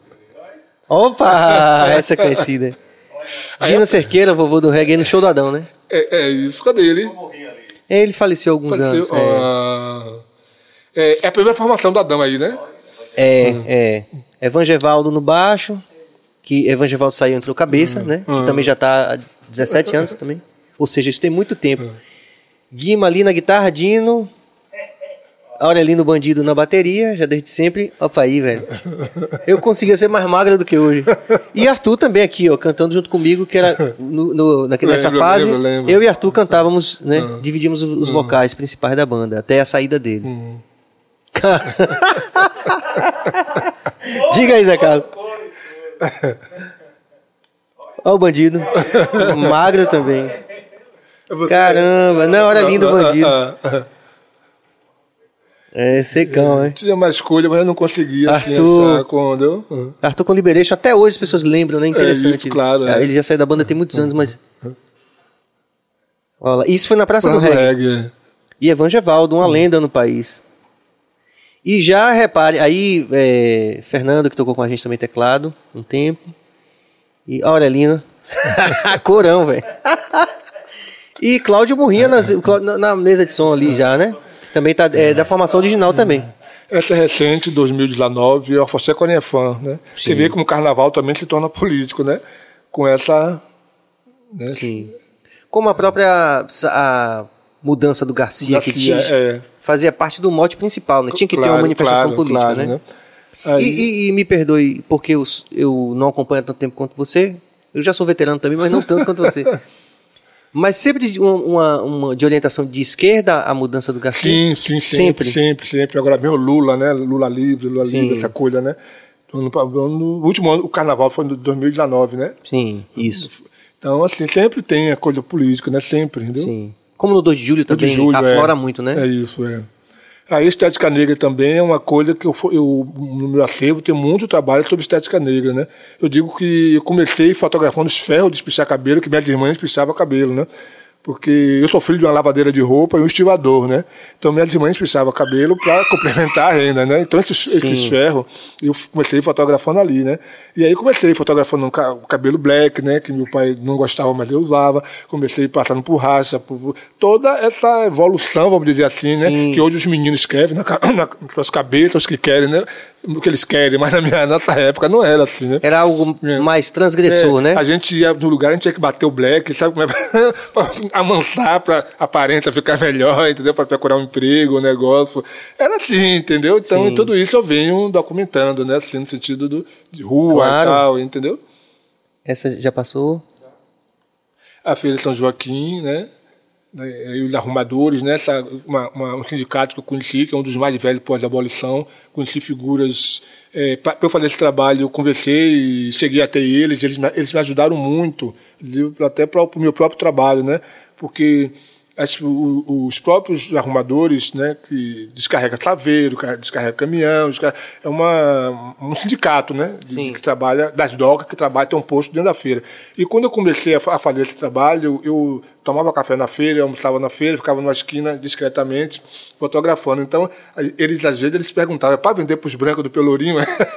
Opa, essa é conhecida. Dino Cerqueira, vovô do reggae, no show do Adão, né? É, é isso, cadê ele? É, ele faleceu há alguns Faleceu, anos. É. ah, é, é a primeira formação do Adão aí, né? É, é. Evangevaldo no baixo, que Evangevaldo saiu e entrou cabeça, né? Que também já está há dezessete anos também. Ou seja, isso tem muito tempo. Guima ali na guitarra, Dino. Aurelino Bandido na bateria, já desde sempre. Opa aí, velho. Eu conseguia ser mais magra do que hoje. E Arthur também aqui, ó, cantando junto comigo, que era no, no, naquele- nessa Lembro, fase. lembro, lembro. Eu e Arthur cantávamos, né? Dividimos os, os vocais principais da banda, até a saída dele. Diga aí, Zé Carlos. Ó o bandido. Magro também. Caramba, não, era lindo o bandido. Ah, ah, ah. É secão, hein? Tinha uma escolha, mas eu não conseguia Arthur. pensar quando. eu- Arthur com Liberation, até hoje as pessoas lembram, né? Interessante. isso, claro, é. Ele já saiu da banda tem muitos anos, mas. Olha lá. Isso foi na Praça do Quando Reggae. reggae. E Evangevaldo, uma lenda no país. E já repare, aí é, Fernando, que tocou com a gente também teclado, um tempo. E Aurelino. Corão, velho. E Cláudio Burrinha nas- na, na mesa de som ali já, né? Também tá é, da formação original também. Essa é recente, dois mil e dezenove, é o José Conefan, né? Você vê como o carnaval também se torna político, né? Com essa. Né? Sim. Como a própria a mudança do Garcia, que Garcia, tinha, é. fazia parte do mote principal, né? Tinha que ter Claro, uma manifestação claro, política, claro, né? né? Aí- E, e- e me perdoe, porque eu, eu não acompanho há tanto tempo quanto você. Eu já sou veterano também, mas não tanto quanto você. Mas sempre de, uma, uma, uma- de orientação de esquerda a mudança do Garcia? Sim, sim, sempre, sempre, sempre. Agora mesmo Lula, né? Lula livre, Lula Sim. livre, essa coisa, né? No, no- no último ano, o carnaval foi em dois mil e dezenove, né? Sim, isso. Então, assim, sempre tem a coisa política, né? Sempre, entendeu? Sim. Como no dois de julho dois de também julho, aflora é. muito, né? É isso, é. A estética negra também é uma coisa que eu, fo- eu no meu acervo tem muito trabalho sobre estética negra, né? Eu digo que eu comecei fotografando os ferros de espichar cabelo, que minhas irmãs espichavam cabelo, né? Porque eu sou filho de uma lavadeira de roupa e um estivador, né? Então minhas irmãs espichavam cabelo para complementar a renda, né? Então esses, esses ferros eu comecei fotografando ali, né? E aí comecei fotografando o ca- o cabelo black, né? Que meu pai não gostava, mas eu usava. Comecei passando por raça, por toda essa evolução, vamos dizer assim, né? Sim. Que hoje os meninos escrevem na, ca- na, nas cabeças que querem, né? O que eles querem, mas na minha nossa época não era assim, né? Era algo É. mais transgressor, É, né? A gente ia no lugar, a gente tinha que bater o black, sabe como é? Pra amansar, pra aparenta ficar melhor, entendeu? Para procurar um emprego, um negócio. Era assim, entendeu? Então, Sim. em tudo isso eu venho documentando, né? Assim, no sentido do, de rua Claro. e tal, entendeu? Essa já passou? A Feira de São Joaquim, né? E os arrumadores, né? Tá uma, uma, um sindicato que eu conheci, que é um dos mais velhos pós-abolição. Conheci figuras. É, para eu fazer esse trabalho, eu conversei e cheguei até eles. Eles, me- eles me ajudaram muito, entendeu? Até para o meu próprio trabalho, né? Porque as, o, os próprios arrumadores, né, que descarrega chaveiro, descarrega caminhão, descarrega, é uma, um sindicato, né, de, que trabalha, das docas, que trabalha, tem um posto dentro da feira. E quando eu comecei a, a fazer esse trabalho, eu, eu tomava café na feira, eu almoçava na feira, ficava numa esquina discretamente fotografando. então eles às vezes eles perguntavam, é para vender para os brancos do Pelourinho?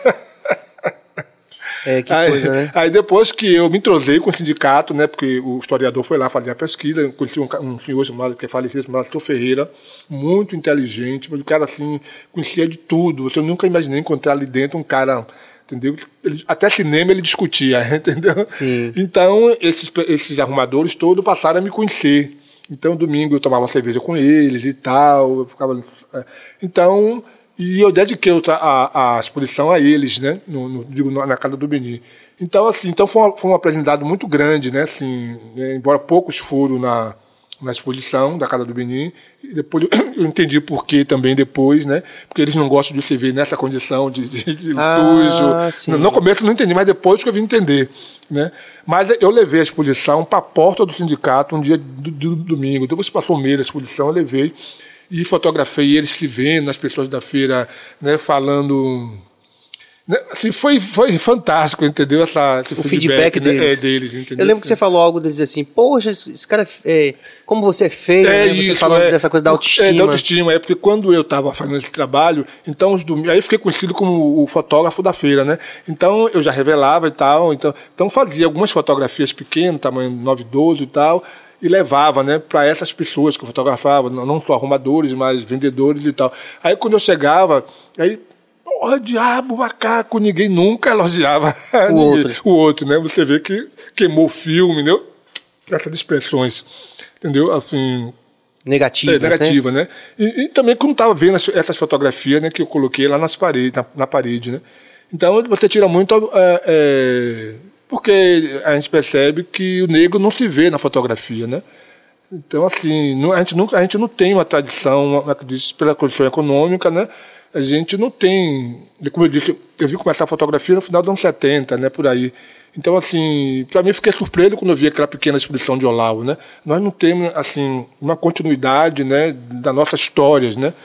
É, que aí, coisa, né? Aí depois que eu me entrosei com o sindicato, né, porque o historiador foi lá fazer a pesquisa, conheci um, um senhor chamado, que é falecido, chamado Arthur Ferreira, muito inteligente, mas o cara assim, conhecia de tudo. Eu nunca imaginei encontrar ali dentro um cara, entendeu? Ele, até cinema ele discutia, entendeu? Sim. Então, esses, esses arrumadores todos passaram a me conhecer. Então, domingo eu tomava cerveja com eles e tal, eu ficava... Então... E eu dediquei a, a exposição a eles, né? No, no, digo, na Casa do Beni. Então, assim, então foi, uma, foi um aprendizado muito grande, né? Assim, né? Embora poucos foram na, na exposição da Casa do Beni. E depois eu entendi por que também depois, né? Porque eles não gostam de se ver nessa condição de, de, de ah, sujo. No, no começo eu não entendi, mas depois que eu vim entender, né? Mas eu levei a exposição para a porta do sindicato um dia do, do domingo. Depois que passou o mês da exposição, eu levei. E fotografei eles se vendo, as pessoas da feira, né, falando... Né, assim, foi, foi fantástico, entendeu? Essa, esse o feedback, feedback deles. Né, é, deles, entendeu? Eu lembro que você falou algo deles assim, poxa, esse cara, é, como você é feio, é né? Você isso, falando é, dessa coisa da autoestima. É, da autoestima, é porque quando eu estava fazendo esse trabalho, então os domingos, aí eu fiquei conhecido como o fotógrafo da feira, né? Então eu já revelava e tal, então, então fazia algumas fotografias pequenas, tamanho nove doze e tal, e levava, né, para essas pessoas que eu fotografava, não só arrumadores, mas vendedores e tal. Aí quando eu chegava, aí, porra, diabo, macaco, ninguém nunca elogiava o, ninguém, outro. o outro, né? Você vê que queimou o filme, né? Essas expressões, entendeu? Assim, negativa, é, negativa, né? né? E, e também quando estava vendo essas fotografias, né, que eu coloquei lá nas paredes, na, na parede, né? Então você tira muito é, é, porque a gente percebe que o negro não se vê na fotografia, né? Então, assim, não, a, gente nunca, a gente não tem uma tradição, como é que diz, pela condição econômica, né? A gente não tem... Como eu disse, eu vi começar a fotografia no final dos anos setenta, né? Por aí. Então, assim, para mim, eu fiquei surpreso quando eu vi aquela pequena exposição de Olavo, né? Nós não temos, assim, uma continuidade, né, das nossas histórias, né?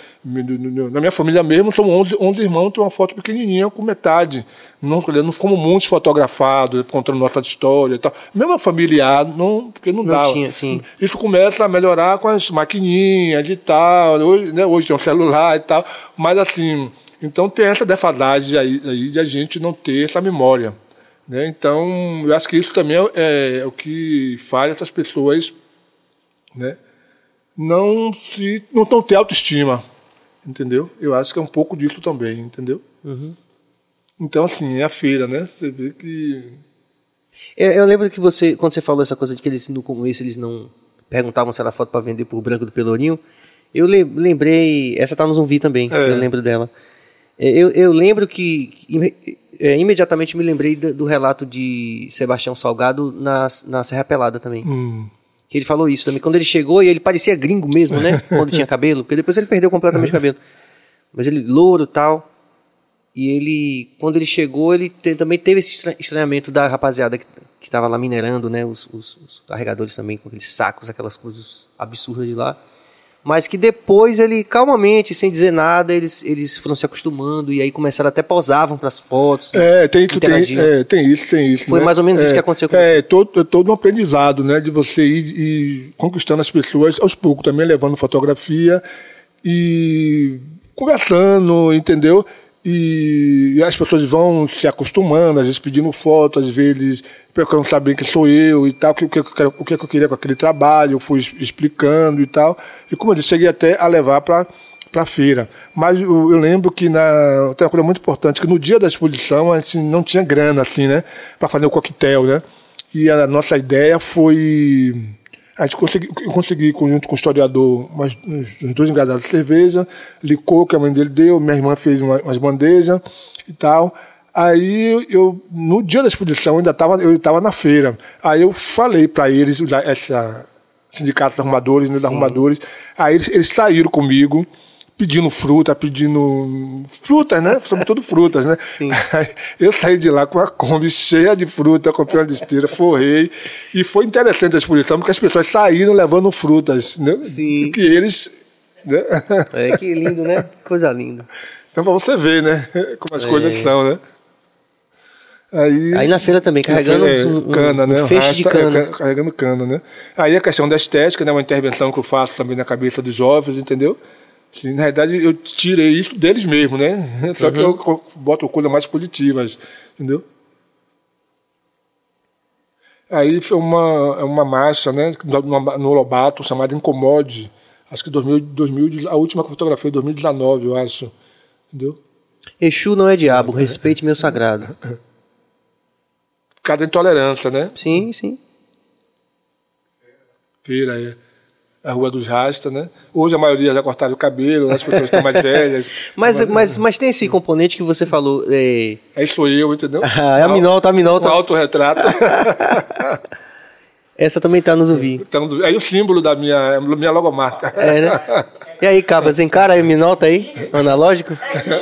Na minha família mesmo, somos onze, onze irmãos, tem uma foto pequenininha com metade. Não, não fomos muitos fotografados, contando nossa história e tal. Mesmo a familiar, não, porque não, não dava. Tinha, sim. Isso começa a melhorar com as maquininhas e tal. Hoje, né, hoje tem um celular e tal. Mas, assim, então tem essa defasagem aí, aí de a gente não ter essa memória. Né? Então, eu acho que isso também é, é o que faz essas pessoas, né, não, se, não, não ter autoestima, entendeu? Eu acho que é um pouco disso também, entendeu? Uhum. Então, assim, é a feira, né? Você vê que... Eu, eu lembro que você, quando você falou essa coisa de que eles, no começo, eles não perguntavam se era foto para vender por Branco do Pelourinho, eu lembrei... Essa tá no Zumbi também, é. Eu lembro dela. Eu, eu lembro que... É, imediatamente me lembrei do, do relato de Sebastião Salgado na, na Serra Pelada também. Hum. Que ele falou isso também. Quando ele chegou, e ele parecia gringo mesmo, né? Quando tinha cabelo. Porque depois ele perdeu completamente o cabelo. Mas ele, louro e tal. E ele, quando ele chegou, ele te, também teve esse estranhamento da rapaziada que estava lá minerando, né? Os, os, os carregadores também, com aqueles sacos, aquelas coisas absurdas de lá. Mas que depois ele, calmamente, sem dizer nada, eles, eles foram se acostumando e aí começaram até posavam para as fotos. É, tem, tem, é, tem isso, tem isso. Foi né? mais ou menos é, isso que aconteceu com é, você. É todo, é todo um aprendizado, né? De você ir, ir conquistando as pessoas aos poucos, também levando fotografia e conversando, entendeu? E as pessoas vão se acostumando, às vezes pedindo foto, às vezes procurando saber quem sou eu e tal, o que, o, que eu quero, o que eu queria com aquele trabalho, eu fui explicando e tal. E como eu disse, cheguei até a levar para a feira. Mas eu, eu lembro que na, tem uma coisa muito importante, que no dia da exposição a gente não tinha grana assim, né, para fazer o coquetel, né? E a nossa ideia foi... A gente consegui, eu consegui, junto com o historiador, umas, uns dois engradados de cerveja, licor que a mãe dele deu, minha irmã fez uma, umas bandejas e tal. Aí, eu, no dia da exposição, eu ainda estava eu estava na feira. Aí eu falei para eles, essa sindicato de arrumadores, né, de arrumadores, aí eles, eles saíram comigo pedindo fruta, pedindo frutas, né? Sobretudo frutas, né? Aí eu saí de lá com uma Kombi cheia de fruta, comprei uma esteira, forrei. E foi interessante a exposição, porque as pessoas saíram levando frutas, né? Sim. Que eles... Né? É, que lindo, né? Coisa linda. Então, pra você ver, né? Como as é. coisas são, né? Aí, Aí na feira também, carregando é, um, um, cana, um né? feixe Rasta, de cana. É, carregando cana, né? Aí a questão da estética, né? Uma intervenção que eu faço também na cabeça dos jovens, entendeu? E, na verdade, eu tirei isso deles mesmo, né? Só uhum. que eu boto coisas mais positivas, entendeu? Aí foi uma, uma marcha, né? No, no Lobato, chamada Incomode. Acho que dois mil, dois mil, a última que eu fotografei em dois mil e dezenove, eu acho. Entendeu? Exu não é diabo, respeite meu sagrado. Por causa da intolerância, né? Sim, sim. Feira aí. A Rua dos Rastas, né? Hoje a maioria já cortaram o cabelo, as pessoas estão mais velhas. mas, mas, mas, mas tem esse componente que você falou. É... Aí sou eu, entendeu? Ah, é a Minolta, a Minolta. Um autorretrato. Essa também tá no Zumbi. Então, aí o símbolo da minha, minha logomarca. É, né? E aí, Cabas, encara aí o Minolta aí? Analógico?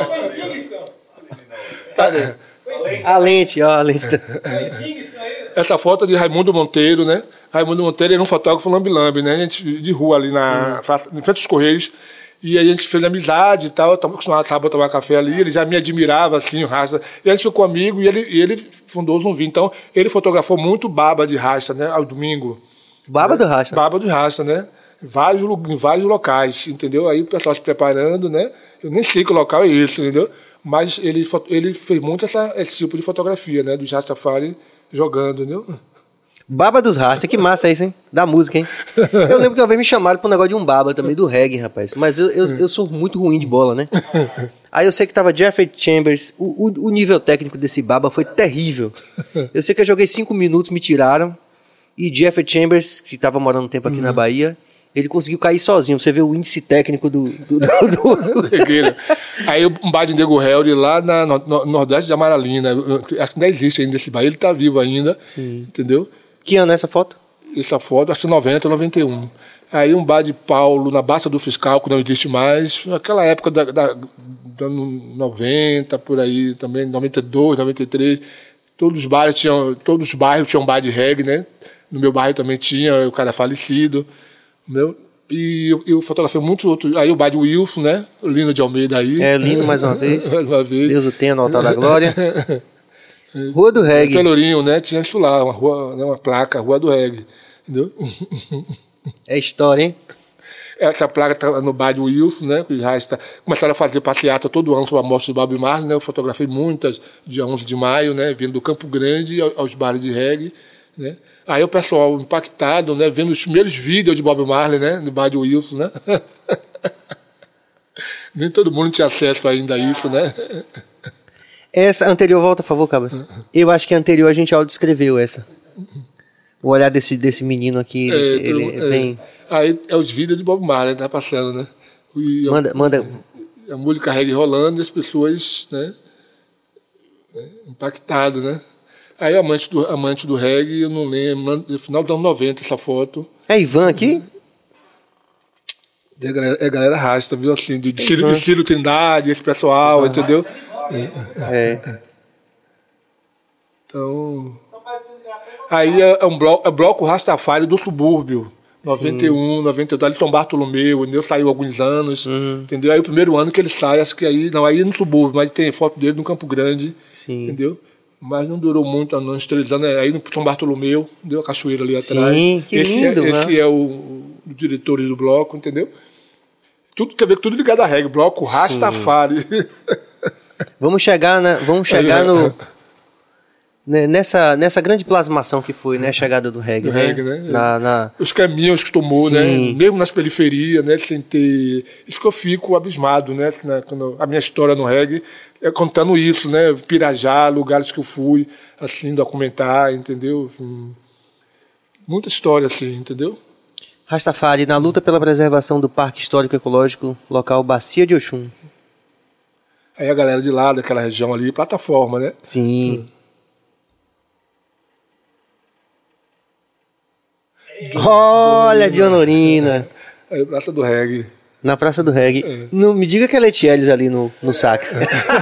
Cadê? A lente, ó, a lente. Essa foto é de Raimundo Monteiro, né? Raimundo Monteiro era um fotógrafo lambi-lambi, né? A gente de rua ali na, hum. em frente aos Correios. E aí a gente fez amizade e tal. Eu estava acostumado a tomar café ali. Ele já me admirava, assim, o Rasta. E a gente ficou amigo e ele, e ele fundou o Zumbi. Então, ele fotografou muito Baba de Rasta, né? Ao domingo. Baba né? do Rasta? Baba do Rasta, né? Em vários, em vários locais, entendeu? Aí o pessoal se preparando, né? Eu nem sei que local é esse, entendeu? Mas ele, ele fez muito essa, esse tipo de fotografia, né? Do Rastafari jogando, entendeu? Baba dos Rasta, que massa isso, hein? Da música, hein? Eu lembro que uma vez me chamaram para um negócio de um baba também, do reggae, rapaz. Mas eu, eu, eu sou muito ruim de bola, né? Aí eu sei que tava Jeffrey Chambers. O, o, o nível técnico desse baba foi terrível. Eu sei que eu joguei cinco minutos, me tiraram. E Jeffrey Chambers, que tava morando um tempo aqui uhum. na Bahia, ele conseguiu cair sozinho. Você vê o índice técnico do... do, do, do... Aí um bar de Nego Helder lá na, no, no Nordeste de Amaralina. Acho que não existe ainda esse bar. Ele tá vivo ainda, Sim. entendeu? Que ano é essa foto? Essa foto, acho que noventa, noventa e um. Aí um bar de Paulo, na Baixa do Fiscal, que não existe mais. Aquela época da, da, da noventa, por aí também, noventa e dois, noventa e três. Todos os bairros tinham, todos os bairros tinham um bar de reggae, né? No meu bairro também tinha, o cara falecido. Meu, e eu, eu fotografei muitos outros. Aí o bar de Wilson, né? Lino de Almeida aí. É, Lino mais uma vez. mais uma vez. Deus o tenha no altar da glória. Rua do Reggae. Pelourinho, né? Tinha isso lá, uma, rua, né? uma placa, Rua do Reggae. Entendeu? É história, hein? Essa placa tá no bar de Wilson, né? Que já está, começaram a fazer passeata todo ano sobre a morte do Bob Marley, né? Eu fotografei muitas, dia onze de maio, né? Vindo do Campo Grande aos bares de reggae, né? Aí o pessoal impactado, né? Vendo os primeiros vídeos de Bob Marley, né? No bar de Wilson, né? Nem todo mundo tinha acesso ainda a isso, né? Essa anterior, volta, por favor, Cabas. Eu acho que a anterior a gente autodescreveu essa. O olhar desse, desse menino aqui, é, ele, ele é bem... Aí é os vídeos de Bob Marley, tá passando, né? E manda, a, manda. A música reggae rolando e as pessoas, né? Impactadas, né? Aí amante do, amante do reggae, eu não lembro, no final dos anos noventa essa foto. É Ivan aqui? É galera, é galera rasta, viu? Assim, de Tiro, de Tiro Trindade, esse pessoal, ah, entendeu? É. Então. Aí é um bloco, é bloco Rastafari do subúrbio. noventa e um, Sim. noventa e dois, ali São Bartolomeu, entendeu? Saiu há alguns anos, uhum. entendeu? Aí o primeiro ano que ele sai, acho que aí, não, aí no subúrbio, mas tem foto dele no Campo Grande, Sim. entendeu? Mas não durou muito, uns três anos, aí no São Bartolomeu, deu a cachoeira ali atrás. Sim, que esse, lindo, é, né? Esse é o, o diretor do bloco, entendeu? Tudo, quer ver que tudo ligado à reggae, bloco Rastafari. Vamos chegar, na, vamos chegar no... Nessa, nessa grande plasmação que foi, né, a chegada do reggae, do né? reggae, né? Na, na... Os caminhos que tomou, Sim. né? Mesmo nas periferias, né? Sem ter... Isso que eu fico abismado, né? Quando a minha história no reggae é contando isso, né? Pirajá, lugares que eu fui, assim, documentar, entendeu? Muita história, assim, entendeu? Rastafari, na luta pela preservação do Parque Histórico Ecológico local Bacia de Oxum. Aí a galera de lá, daquela região ali, plataforma, né? Sim. Hum. Olha, Dionorina. É, prata do reggae. Na Praça do Reggae. É. Não, me diga que é Letieres ali no, no sax.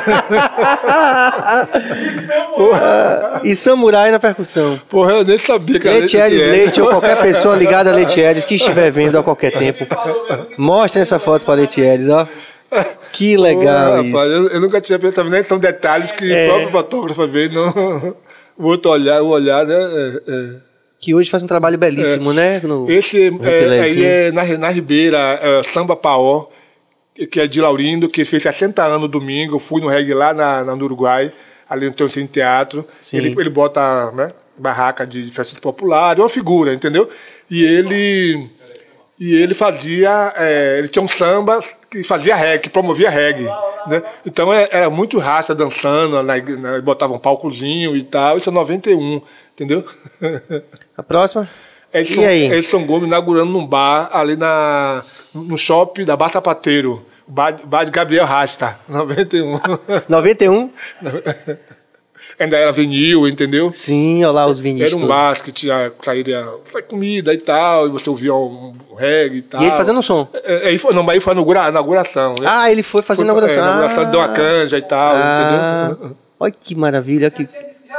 uh, e Samurai na percussão. Porra, eu nem sabia que era Letieres Leite ou qualquer pessoa ligada a Letieres que estiver vendo a qualquer tempo. Mostre essa foto para Letieres, ó. Que legal. Porra, rapaz, eu, eu nunca tinha pensado nem tão detalhes que é. o próprio fotógrafo vê, não, o outro olhar, o olhar, né? É, é. Que hoje faz um trabalho belíssimo, é. né? No, Esse no é, aí é na, na Ribeira, é, Samba Paó, que é de Laurindo, que fez sessenta anos domingo. Eu fui no reggae lá na, na, no Uruguai, ali no Tem um Teatro. Ele, ele bota, né, barraca de festa popular, é uma figura, entendeu? E ele, e ele fazia, é, ele tinha um samba que fazia reggae, que promovia reggae, né? Então é, era muito raça dançando, na, na, botava um palcozinho e tal. Isso é noventa e um, entendeu? A próxima? Edson, e aí? Edson Gomes inaugurando num bar ali na, no shopping da Bar Sapateiro. O bar, bar de Gabriel Rasta, noventa e um. noventa e um? Ainda era vinil, entendeu? Sim, olha lá os vinis. Era um bar que tinha saíria, comida e tal, e você ouvia um reggae e tal. E ele fazendo som? É, é, não, mas aí foi a inauguração. Né? Ah, ele foi fazendo a inauguração. É, inauguração, ah. deu uma canja e tal, ah. entendeu? Olha que maravilha. Que...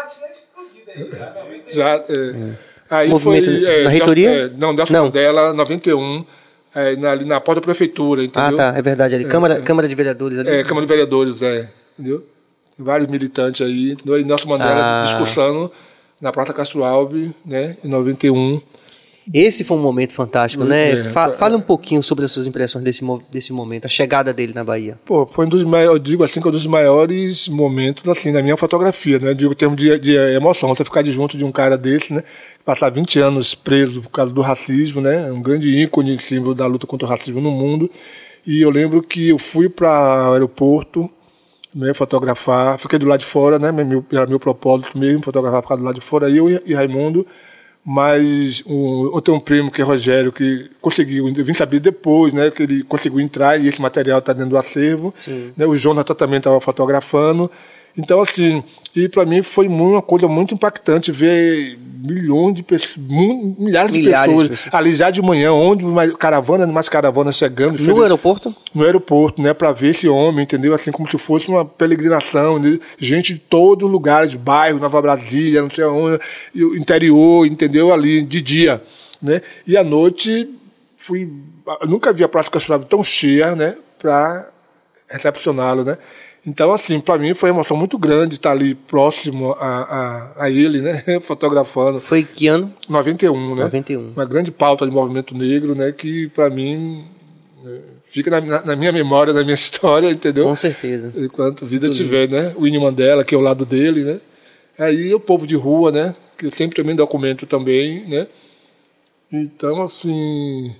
Já, é. Hum. Aí Movimento foi. Na É, reitoria? É, não, Nelson Mandela, noventa e um, é, na, ali na porta da prefeitura, entendeu? Ah, tá, é verdade. Ali. Câmara, é, Câmara de Vereadores ali. É, Câmara de Vereadores, é. Entendeu? Tem vários militantes aí, entendeu? E Nelson Mandela ah. discursando na Praça Castro Alves, né, em noventa e um. Esse foi um momento fantástico, né? É, Fa- fale um pouquinho sobre as suas impressões desse, desse momento, a chegada dele na Bahia. Pô, foi um dos maiores, eu digo assim, que é um dos maiores momentos, assim, na minha fotografia, né? Eu digo em termos de, de emoção, você ficar de junto de um cara desse, né? Passar vinte anos preso por causa do racismo, né? Um grande ícone, símbolo da luta contra o racismo no mundo. E eu lembro que eu fui para o aeroporto, né, fotografar, fiquei do lado de fora, né? Meu, era meu propósito mesmo, fotografar, ficar do lado de fora, eu e, e Raimundo. Mas um, eu tenho um primo que é Rogério, que conseguiu, eu vim saber depois, né, que ele conseguiu entrar e esse material está dentro do acervo. Né, o Jonathan também estava fotografando. Então, assim, e para mim foi uma coisa muito impactante ver milhões de pessoas, milhares, de, milhares pessoas, de pessoas ali já de manhã, onde uma caravana, mais caravanas chegando. No feliz, aeroporto? No aeroporto, né, para ver esse homem, entendeu? Assim, como se fosse uma peregrinação, né? Gente de todos os lugares, bairro, Nova Brasília, não sei onde, interior, entendeu? Ali, de dia, né? E à noite, fui, eu nunca vi a Praça Castro Alves tão cheia, né, para recepcioná-lo, né? Então, assim, para mim foi uma emoção muito grande estar ali próximo a, a, a ele, né, fotografando. Foi que ano? noventa e um, né? noventa e um. Uma grande pauta de movimento negro, né, que para mim fica na, na minha memória, na minha história, entendeu? Com certeza. Enquanto vida tiver, né? O Winnie Mandela, que é ao lado dele, né? Aí o povo de rua, né? Que eu sempre também documento também, né? Então, assim...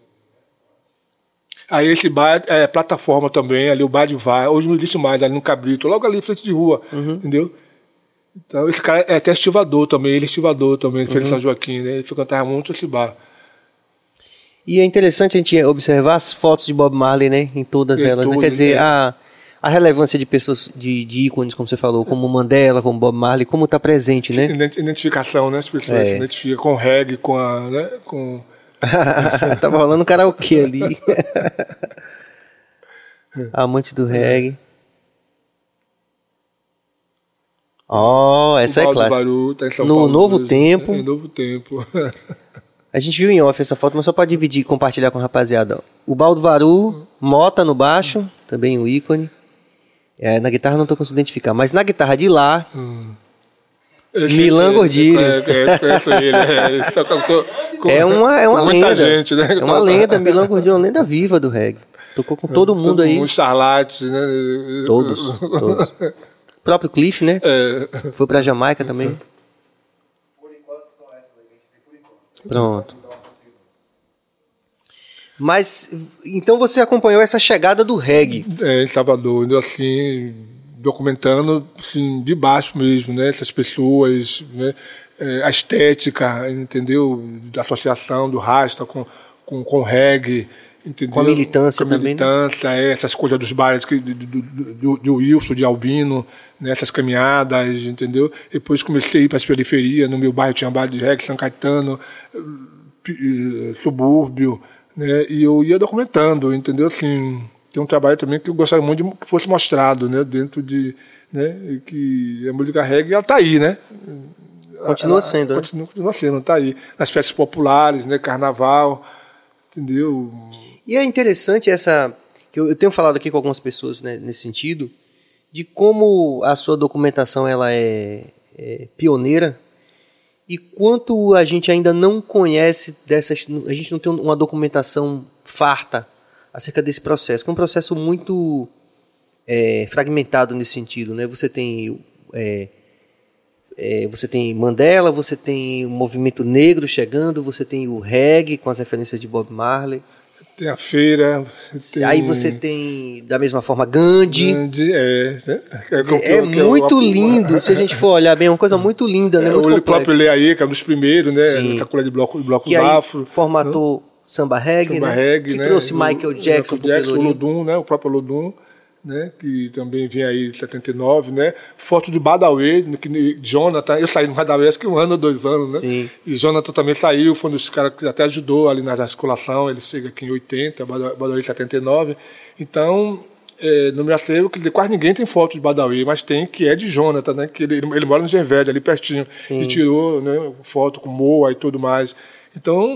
Aí esse bar é plataforma também, ali o bar de vai, hoje não existe mais, ali no Cabrito, logo ali em frente de rua, uhum. entendeu? Então esse cara é até estivador também, ele é estivador também, uhum. São Joaquim, né? Ele frequentava muito esse bar. E é interessante a gente observar as fotos de Bob Marley, né? Em todas em elas, né? Quer dizer, é. a, a relevância de pessoas, de, de ícones, como você falou, como Mandela, como Bob Marley, como está presente, né? Identificação, né? As pessoas é. se identificam com o reggae, com a... Né? Com... Tava rolando um karaokê ali. Amante do reggae. Ó, oh, essa é clássica. Baru, tá em São no Paulo, Novo mesmo. Tempo. É, Novo Tempo. A gente viu em off essa foto, mas só para dividir e compartilhar com a rapaziada. O Baldo Varu, Mota no baixo, também o ícone. É, na guitarra não tô conseguindo identificar, mas na guitarra de lá... Hum. Milan é, Gordilho. É, é, ele, é, tô, tô, com, é uma, é uma muita lenda. Gente, né? É uma lenda. Milan Gordilho é uma lenda viva do reggae. Tocou com todo mundo aí. Os charlates, né? Todos, todos. O próprio Cliff, né? É. Foi pra Jamaica também. Por enquanto são essas aí que a gente tem por enquanto. Pronto. Mas, então você acompanhou essa chegada do reggae. É, estava doido, assim... documentando assim, de baixo mesmo, né, essas pessoas, né, é, a estética, entendeu, da associação do Rasta com, com, com o reggae, entendeu? Com a militância com a também, militância, né? é, essas coisas dos bares que, do, do, do, do Wilson, de Albino, né, essas caminhadas, entendeu? Depois comecei a ir para as periferias, no meu bairro tinha um bar de reggae, São Caetano, subúrbio, né? E eu ia documentando, entendeu? Assim, tem um trabalho também que eu gostaria muito de que fosse mostrado, né? Dentro de, né? E que a música reggae, ela está aí, né? Continua ela, sendo, continua, né? Continua sendo, está aí. Nas festas populares, né? Carnaval, entendeu? E é interessante essa, que eu, eu tenho falado aqui com algumas pessoas, né, nesse sentido, de como a sua documentação ela é, é pioneira e quanto a gente ainda não conhece dessas, a gente não tem uma documentação farta acerca desse processo, que é um processo muito é, fragmentado nesse sentido, né? Você tem é, é, você tem Mandela, você tem o movimento negro chegando, você tem o reggae com as referências de Bob Marley. Tem a feira. Tem... Aí você tem, da mesma forma, Gandhi. Gandhi, é. É, é, é muito lindo, se a gente for olhar bem, é uma coisa muito linda, né? É, muito o próprio Leaí, que é um dos primeiros, né? Tacula de bloco, de bloco que afro. Aí formatou né? Samba Reggae, Samba né? Reggae, que né? trouxe Michael Jackson, o, Michael Jackson o Ludum, né? O próprio Ludum, né? Que também vinha aí em setenta e nove, né? Foto de Badawi, que Jonathan, eu saí no Badawi acho que um ano ou dois anos, né? Sim. E Jonathan também saiu, foi um dos caras que até ajudou ali na articulação, ele chega aqui em oitenta, Badawi em setenta e nove. Então, é, no meu acervo, que quase ninguém tem foto de Badawi, mas tem que é de Jonathan, né? Que ele, ele mora no Genved, ali pertinho, Sim. e tirou, né, foto com Moa e tudo mais. Então,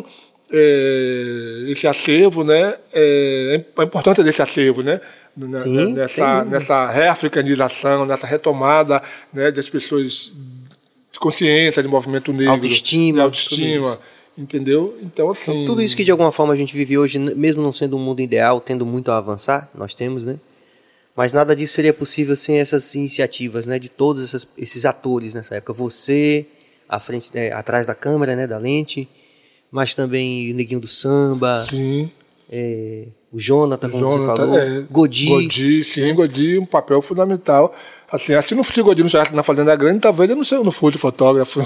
é, esse acervo, né? É, a importância desse acervo, né? Sim, nessa, nessa reafricanização, nessa retomada, né, das pessoas conscientes de movimento negro, autoestima, de autoestima, entendeu? Então, assim, então, tudo isso que de alguma forma a gente vive hoje, mesmo não sendo um mundo ideal, tendo muito a avançar, nós temos, né? Mas nada disso seria possível sem essas iniciativas, né, de todos essas, esses atores nessa época. Você, à frente, né, atrás da câmera, né, da lente, mas também o Neguinho do Samba. Sim. É, o Jonathan, como Jonathan, você falou, é, Godi. Godi, sim, Godi, um papel fundamental. Assim, assim não fui Godi no Jardim na Fazenda Grande, talvez eu não sei, eu não fui de fotógrafo.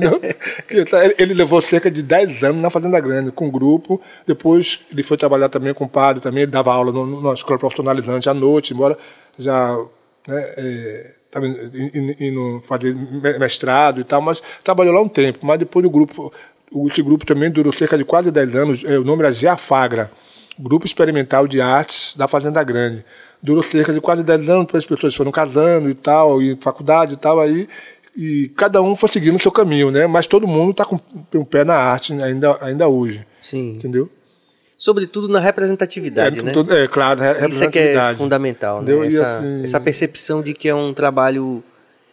Ele levou cerca de dez anos na Fazenda Grande, com um grupo. Depois ele foi trabalhar também com o padre, também ele dava aula no, no, na escola profissionalizante à noite, embora já né, é, indo fazer mestrado e tal, mas trabalhou lá um tempo. Mas depois o grupo, esse grupo também durou cerca de quase dez anos, o nome era Zeafagra. Grupo Experimental de Artes da Fazenda Grande. Durou cerca de quase dez anos, depois as pessoas foram casando e tal, e faculdade e tal, aí, e cada um foi seguindo o seu caminho, né? Mas todo mundo está com um pé na arte ainda, ainda hoje. Sim. Entendeu? Sobretudo na representatividade, é, né? Tudo, é, claro, representatividade. Isso é que é fundamental, né? Essa, assim, essa percepção de que é um trabalho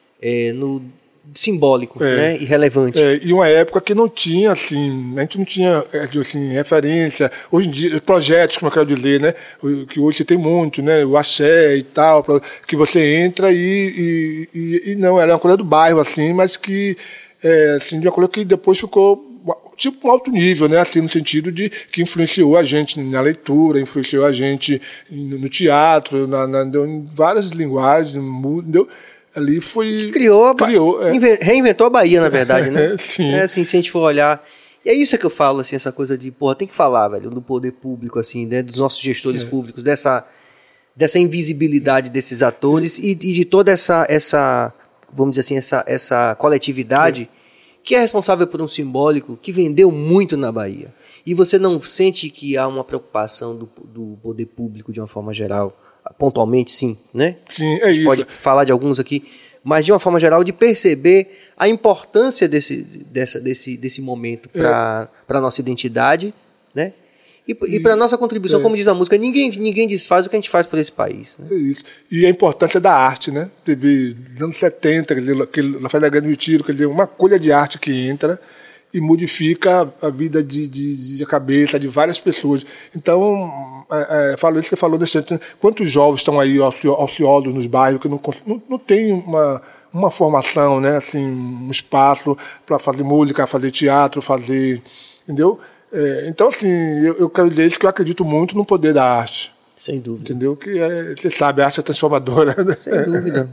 é, no... simbólico, é, né? E relevante. É, e uma época que não tinha, assim, a gente não tinha assim, referência. Hoje em dia, projetos, como eu quero dizer, né? Que hoje tem muito, né? O axé e tal, que você entra e, e, e, e não, era uma coisa do bairro, assim, mas que é, assim, uma coisa que depois ficou tipo um alto nível, né? Assim, no sentido de que influenciou a gente na leitura, influenciou a gente no teatro, na, na, em várias linguagens, entendeu? Ali foi... Criou, a ba... criou é. reinventou a Bahia, na verdade, né? É, sim. É assim, se a gente for olhar... E é isso que eu falo, assim, essa coisa de, porra, tem que falar, velho, do poder público, assim, né? Dos nossos gestores é. públicos, dessa, dessa invisibilidade desses atores e, e de toda essa, essa, vamos dizer assim, essa, essa coletividade é. que é responsável por um simbólico que vendeu muito na Bahia. E você não sente que há uma preocupação do, do poder público de uma forma geral... pontualmente, sim, né? Sim, é a gente isso. pode falar de alguns aqui, mas de uma forma geral, de perceber a importância desse, dessa, desse, desse momento para é. a nossa identidade, né? E, e, e para a nossa contribuição, é. como diz a música, ninguém, ninguém desfaz o que a gente faz por esse país. Né? É isso. E a importância da arte, né? Teve nos anos setenta, aquele, na Fazenda Grande do Retiro, que uma colha de arte que entra e modifica a vida de, de, de cabeça de várias pessoas. Então, é, é, falo isso que você falou nesse sentido. Quantos jovens estão aí ociosos nos bairros que não, não, não tem uma, uma formação, né? Assim, um espaço para fazer música, fazer teatro, fazer... Entendeu? É, então, assim, eu, eu quero dizer isso que eu acredito muito no poder da arte. Sem dúvida. Entendeu? Que é, você sabe, a arte é transformadora. Né? Sem dúvida.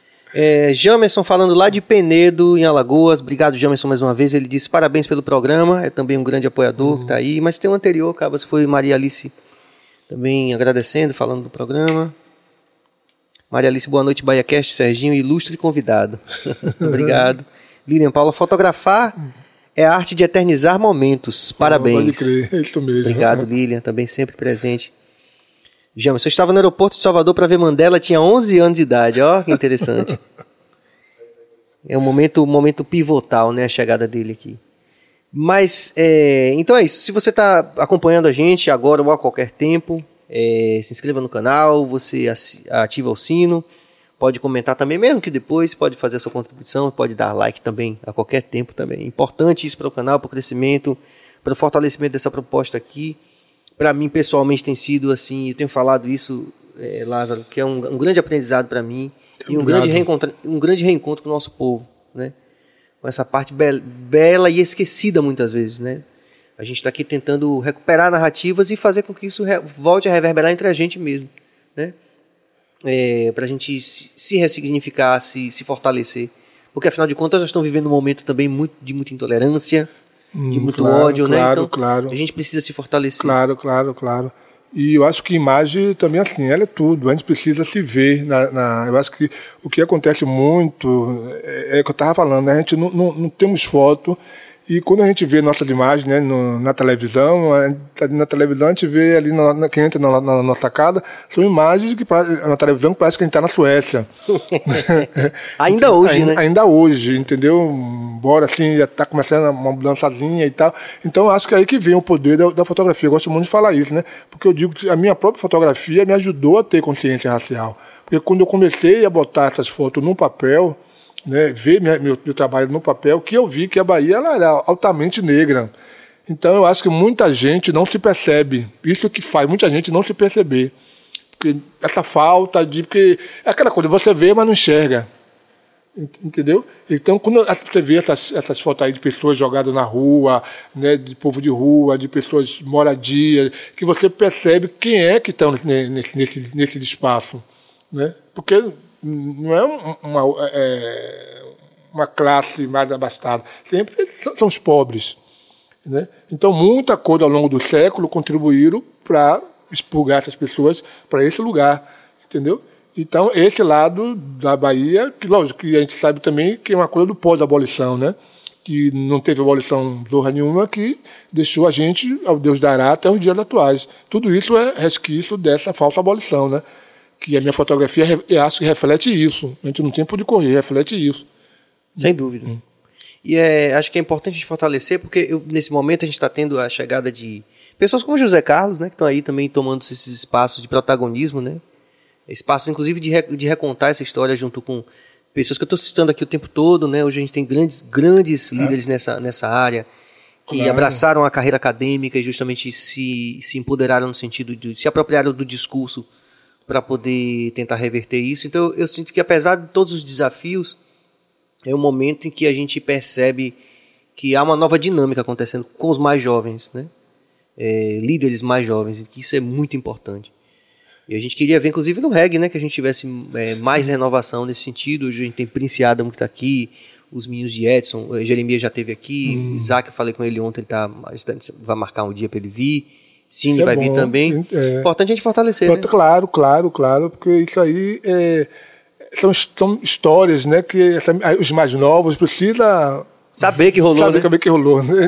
É, Jamerson falando lá de Penedo, em Alagoas. Obrigado, Jamerson, mais uma vez. Ele disse parabéns pelo programa. É também um grande apoiador uhum. que está aí. Mas tem um anterior, Cabas, foi Maria Alice também agradecendo, falando do programa. Maria Alice, boa noite, BahiaCast, Serginho, ilustre convidado. Obrigado. Lilian Paula, fotografar é a arte de eternizar momentos. Parabéns. Pode crer, é isso mesmo. Obrigado, Lilian, também sempre presente. Jamerson, eu estava no aeroporto de Salvador para ver Mandela, tinha onze anos de idade. Ó, que interessante. É um momento, um momento pivotal, né, a chegada dele aqui. Mas, é, então é isso. Se você está acompanhando a gente agora ou a qualquer tempo, é, se inscreva no canal, você ativa o sino, pode comentar também, mesmo que depois, pode fazer a sua contribuição, pode dar like também a qualquer tempo também. É importante isso para o canal, para o crescimento, para o fortalecimento dessa proposta aqui. Para mim, pessoalmente, tem sido assim, eu tenho falado isso, é, Lázaro, que é um, um grande aprendizado para mim e um grande, reencontro, um grande reencontro com o nosso povo, né? Com essa parte be- bela e esquecida muitas vezes, né? A gente está aqui tentando recuperar narrativas e fazer com que isso re- volte a reverberar entre a gente mesmo, né? É, para a gente se, se ressignificar, se, se fortalecer. Porque, afinal de contas, nós estamos vivendo um momento também muito, de muita intolerância, hum, de muito claro, ódio, claro, né? Então, claro. a gente precisa se fortalecer. Claro, claro, claro. E eu acho que imagem também, assim, ela é tudo. A gente precisa se ver. Na, na, eu acho que o que acontece muito é, é o que eu estava falando, né? A gente não, não, não temos foto. E quando a gente vê nossas imagens, né, no, na televisão, na televisão a gente vê ali, na, na, que entra na, na nossa casa, são imagens que, na televisão que parece que a gente está na Suécia. Ainda então, hoje, ainda, né? Ainda hoje, entendeu? Embora assim, já está começando uma mudançazinha e tal. Então eu acho que é aí que vem o poder da, da fotografia. Eu gosto muito de falar isso, né? Porque eu digo que a minha própria fotografia me ajudou a ter consciência racial. Porque quando eu comecei a botar essas fotos num papel, né, ver minha, meu, meu trabalho no papel, que eu vi que a Bahia ela era altamente negra. Então eu acho que muita gente não se percebe. Isso que faz muita gente não se perceber. Porque essa falta de... Porque é aquela coisa, você vê, mas não enxerga. Entendeu? Então, quando você vê essas, essas fotos aí de pessoas jogadas na rua, né, de povo de rua, de pessoas moradias, que você percebe quem é que estão nesse, nesse, nesse espaço. Né? Porque não é uma, é uma classe mais abastada. Sempre são os pobres. Né? Então, muita coisa ao longo do século contribuíram para expurgar essas pessoas para esse lugar. Entendeu? Então, esse lado da Bahia, que lógico que a gente sabe também que é uma coisa do pós-abolição, né? Que não teve abolição zorra nenhuma, que deixou a gente, ao Deus dará, até os dias atuais. Tudo isso é resquício dessa falsa abolição, né? Que a minha fotografia, eu acho que reflete isso. A gente não tem por onde correr, reflete isso. Sem dúvida. Hum. E é, acho que é importante a gente fortalecer, porque eu, nesse momento a gente está tendo a chegada de pessoas como José Carlos, né? Que estão aí também tomando esses espaços de protagonismo, né? Espaços, inclusive, de, re, de recontar essa história junto com pessoas que eu estou citando aqui o tempo todo, né? Hoje a gente tem grandes, grandes líderes é. nessa, nessa área que claro. abraçaram a carreira acadêmica e justamente se, se empoderaram no sentido de se apropriaram do discurso para poder tentar reverter isso. Então, eu sinto que, apesar de todos os desafios, é um momento em que a gente percebe que há uma nova dinâmica acontecendo com os mais jovens, né? É, líderes mais jovens, e que isso é muito importante. E a gente queria ver, inclusive, no reggae, né, que a gente tivesse é, mais renovação nesse sentido. Hoje a gente tem Prince Adam que está aqui, os meninos de Edson, o Jeremias já esteve aqui, hum. Isaac, eu falei com ele ontem, ele tá, vai marcar um dia para ele vir, Cine é vai bom, vir também. É importante a gente fortalecer, né? Claro, claro, claro, porque isso aí é, são, são histórias, né, que os mais novos precisam... Saber que rolou, Saber né? Saber que rolou, né?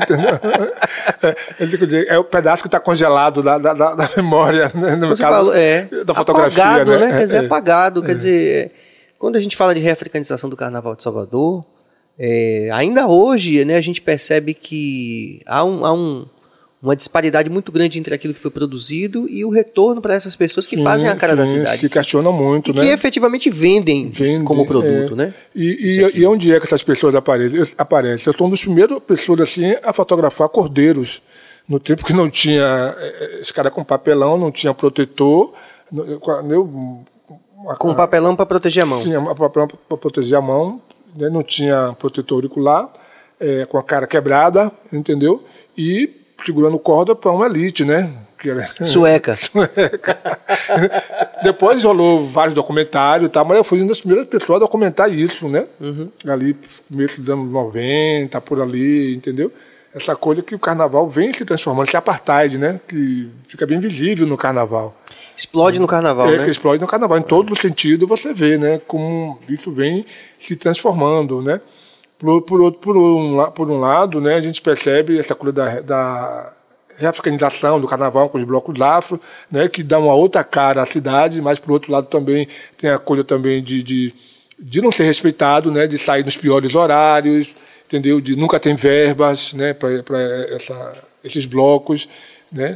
é, é o pedaço que está congelado da, da, da memória, né? No Você caso, falou, é, da fotografia, apagado, né? né? Quer dizer, é, apagado. é. Quer dizer, quando a gente fala de reafricanização do Carnaval de Salvador, é, ainda hoje, né, a gente percebe que há, um, há um, uma disparidade muito grande entre aquilo que foi produzido e o retorno para essas pessoas que sim, fazem a cara sim, da cidade. Que questionam muito, e né? Que efetivamente vendem, vendem como produto, é. né? E, e, e onde é que essas pessoas aparecem? aparecem? Eu sou uma das primeiras pessoas assim, a fotografar cordeiros. No tempo que não tinha esse cara com papelão, não tinha protetor. Eu, com papelão para proteger a mão. Tinha papelão para proteger a mão, né? Não tinha protetor auricular, é, com a cara quebrada, entendeu? E segurando corda para uma elite, né? Que era... Sueca. Sueca. Depois rolou vários documentários, tá? Mas eu fui uma das primeiras pessoas a documentar isso, né? Uhum. Ali, começo dos anos noventa, por ali, entendeu? Essa coisa que o carnaval vem se transformando, que é apartheid, né? Que fica bem visível no carnaval. Explode no carnaval, é, né? Que explode no carnaval. Em todo sentido você vê, né? Como isso vem se transformando, né? Por, por, outro, por, um, por um lado, né, a gente percebe essa coisa da, da reafricanização do carnaval com os blocos afro, né, que dá uma outra cara à cidade, mas, por outro lado, também tem a coisa também de, de, de não ser respeitado, né, de sair nos piores horários, entendeu? De nunca ter verbas, né, para esses blocos, né?